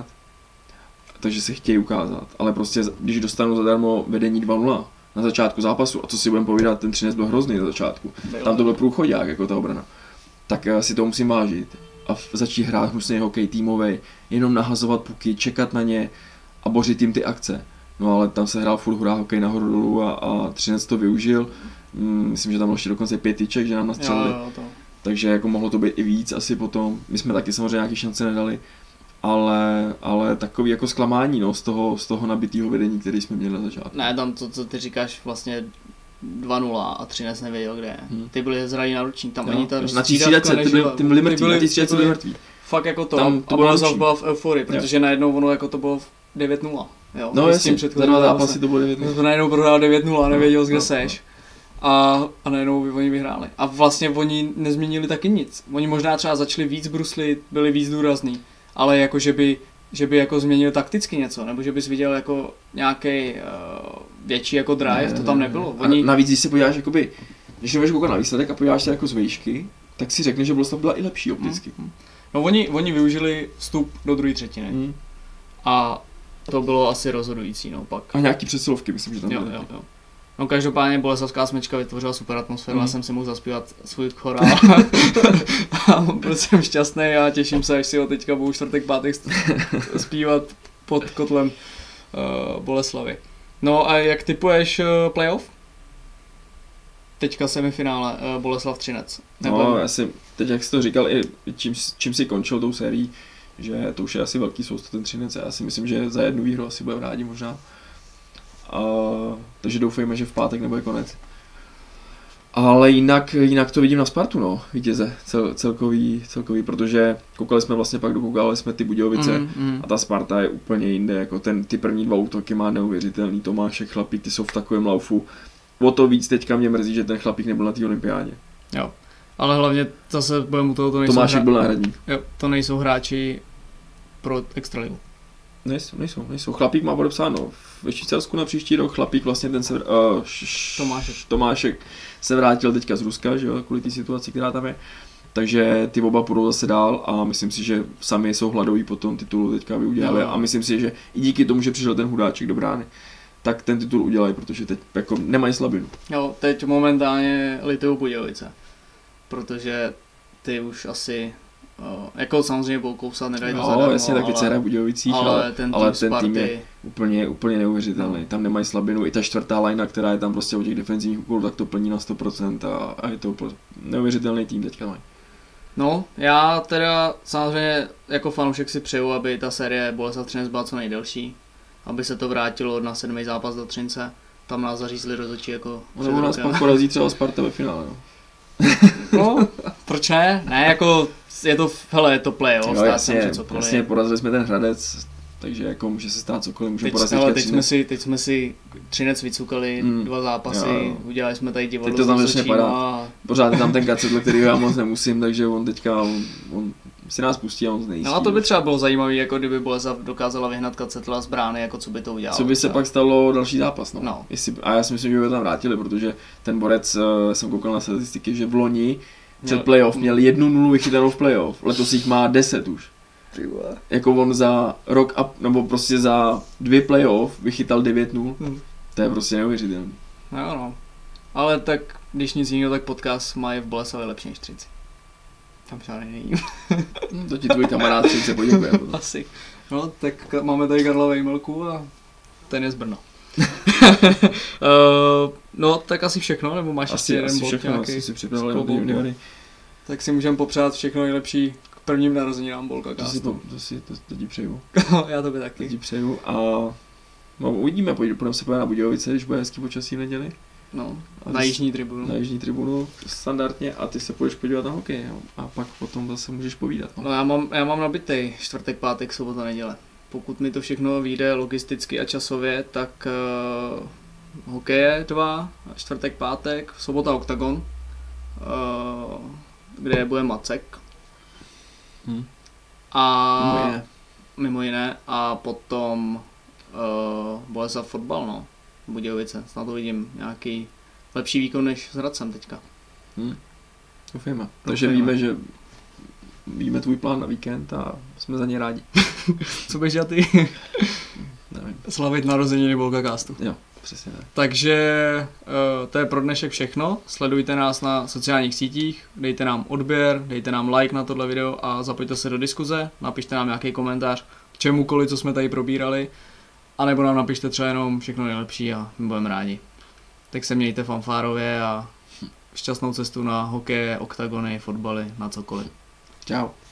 Takže se chtějí ukázat, ale prostě když dostanu zadarmo vedení dva nula na začátku zápasu, a co si budeme povídat, ten Třinec byl hrozný na začátku, tam to byl průchodák jako ta obrana, tak uh, si to musím vážit a v, začít hrát hnusný hokej týmovej, jenom nahazovat puky, čekat na ně a bořit jim ty akce. No ale tam se hrál furt hurá hokej nahoru dolů a, a Třinec to využil. Mm, myslím, že tam bylo ještě dokonce pět tyček, že nám nastřelili. Jo, jo, to. Takže jako mohlo to být i víc asi potom. My jsme taky samozřejmě nějaký šance nedali. Ale, ale takový jako zklamání no, z toho, z toho nabitého vedení, který jsme měli na začátku. Ne, tam to, co ty říkáš, vlastně dva nula a Třinec nevěděl, kde je. Hmm. Ty byli zraní na ručník, tam jo. ani ta na tí střídačce, ty byli, ty byli mrtví, na tí střídačce byli mrtví. Fakt jako to, tam to a bylo Boleslav byla v euforii, protože jo. najednou ono jako to bylo devět nula. Jo, no jasně, za dva zápasy to bylo devět nula. To najednou prohrál devět nula a nevěděl, no, kde no, seš. A, a najednou oni vyhráli. A vlastně oni nezměnili taky nic. Oni možná třeba začali víc bruslit, byli víc důrazný, ale jako že by, že by jako změnil takticky něco, nebo že bys viděl jako nějaký uh, větší jako drive, ne, to tam nebylo. Oni... A navíc, když se podíváš, jakoby, když nebudeš koukat na výsledek a podíváš se jako z výšky, tak si řekneš, že Boleslav byla i lepší opticky. Hmm. No oni, oni využili vstup do druhé třetiny. Hmm. A to bylo asi rozhodující, no pak. A nějaký přesilovky, myslím, že tam jo, byly. Jo, jo. No každopádně Boleslavská smečka vytvořila super atmosféru, mm. já jsem si mohl zaspívat svůj chorál a byl jsem šťastný a těším se, až si ho teďka budu čtvrtek, pátek zpívat pod kotlem uh, Boleslavy. No a jak tipuješ uh, playoff? Teďka semifinále uh, Boleslav Třinec. Nebo... No já si, teď jak jsi to říkal, i čím, čím si končil tou sérií, že to už je asi velký sousto ten Třinec a já si myslím, že za jednu výhru asi budeme rádi možná. Uh, takže doufejme, že v pátek nebude konec. Ale jinak, jinak to vidím na Spartu, no, vítěze cel, celkový, celkový, protože koukali jsme vlastně pak, dokoukali jsme ty Budějovice mm, mm. a ta Sparta je úplně jinde, jako ten, ty první dva útoky má neuvěřitelný, Tomášek, Chlapík, ty jsou v takovém laufu. O to víc teďka mě mrzí, že ten Chlapík nebyl na té olympiádě. Jo, ale hlavně zase budeme u toho, to nejsou Tomášek hra... byl náhradník. Jo, to nejsou hráči pro extraligu. Nejsou, nejsou, nejsou. Chlapík má podepsáno ve Švýcarsku na příští rok, Chlapík vlastně ten se, uh, š, Tomášek. Tomášek se vrátil teďka z Ruska, že jo, kvůli té situaci, která tam je. Takže ty oba půjdou zase dál a myslím si, že sami jsou hladoví po tom titulu teďka, aby udělali no. A myslím si, že i díky tomu, že přišel ten Hudáček do brány, tak ten titul udělají, protože teď jako nemají slabinu. Jo, teď momentálně litují Budějovice, protože ty už asi Uh, jako samozřejmě budou kousat, nedají to no, zadarmo, jasně, tak teď se hraje v Budějovicích, ale, ale ten tým, ale ten tým je úplně, úplně neuvěřitelný. No. Tam nemají slabinu, i ta čtvrtá lajna, která je tam prostě u těch defenzivních úkolů, tak to plní na sto procent a, a je to neuvěřitelný tým teďka mají. No, já teda samozřejmě jako fanoušek si přeju, aby ta série Boleslav Třinec byla co nejdelší, aby se to vrátilo na sedmý zápas do Třince, tam nás zařízli rozhodčí jako... Ono nás pak porazí třeba Sparta ve finále, no. No, proč ne? Ne, jako je to, hele, je to playoff, no, stát se může cokoliv. Jasně, porazili jsme ten Hradec, takže jako může se stát cokoliv, může teď, porazit ale teď jsme, si, teď jsme si Třinec vycukali, mm, dva zápasy, jo, udělali jsme tady divadlo. Teď to tam začne padat. A... Pořád je tam ten Kacetl, který já moc nemusím, takže on teďka, on, on si nás pustí a on nejistí. No a to by třeba bylo zajímavé, jako kdyby Boleslav dokázala vyhnat Kacetla z brány, jako co by to udělalo. Co by se tak. pak stalo další zápas, no. no. Jestli, a já si myslím, že by ho tam vrátili, protože ten Borec, uh, jsem koukal na statistiky, že v loni před playoff měl jednu nulu vychytanou v playoff, letos jich má deset už. Jako on za rok, a, nebo prostě za dvě playoff vychytal devět nul, hmm. To je prostě neuvěřitelné. No no, ale tak když nic jiného, tak podcast mají v Boleslavě lepší než Třinci. Tam žádný není. No, to ti tvůj kamarád Třince poděkuje. Asi. No tak máme tady Karla Vejmelku a ten je z Brna. uh, no tak asi všechno, nebo máš asi, ještě jeden asi bod všechno, nějaký? Asi si připravili. Tak si můžeme popřát všechno nejlepší k prvním narozeninám Bolka Castu. To, to, si, to, to ti přeju. Já to by taky. To ti přeju a no, uvidíme, půjdeme se podívat na Budějovice, když bude hezký počasí v neděli. No, a na jižní tribunu. Na jižní tribunu standardně a ty se půjdeš podívat na hokej, jo? A pak potom zase můžeš povídat. No, no já mám, já mám nabitej čtvrtek, pátek, sobota, neděle. Pokud mi to všechno vyjde logisticky a časově, tak uh, hokeje dva, čtvrtek, pátek, sobota Oktagon, uh, kde bude Macek. Hmm. A mimo jiné. mimo jiné a potom uh, Boleslav fotbal, no. Budějovice, snad to vidím nějaký lepší výkon než s Hradcem teďka. Hmm. Doufejme. Takže víme, že víme tvůj plán na víkend a jsme za ně rádi. Co budeš dělat ty? Nevím. Slavit narozeniny Bolka Castu. Jo, přesně tak. Takže uh, to je pro dnešek všechno. Sledujte nás na sociálních sítích, dejte nám odběr, dejte nám like na tohle video a zapojte se do diskuze, napište nám nějaký komentář k čemukoliv, co jsme tady probírali, anebo nám napište třeba jenom všechno nejlepší a my budeme rádi. Tak se mějte fanfárově a šťastnou cestu na hokeje, oktagony, fotbaly, na cokoliv. Čau.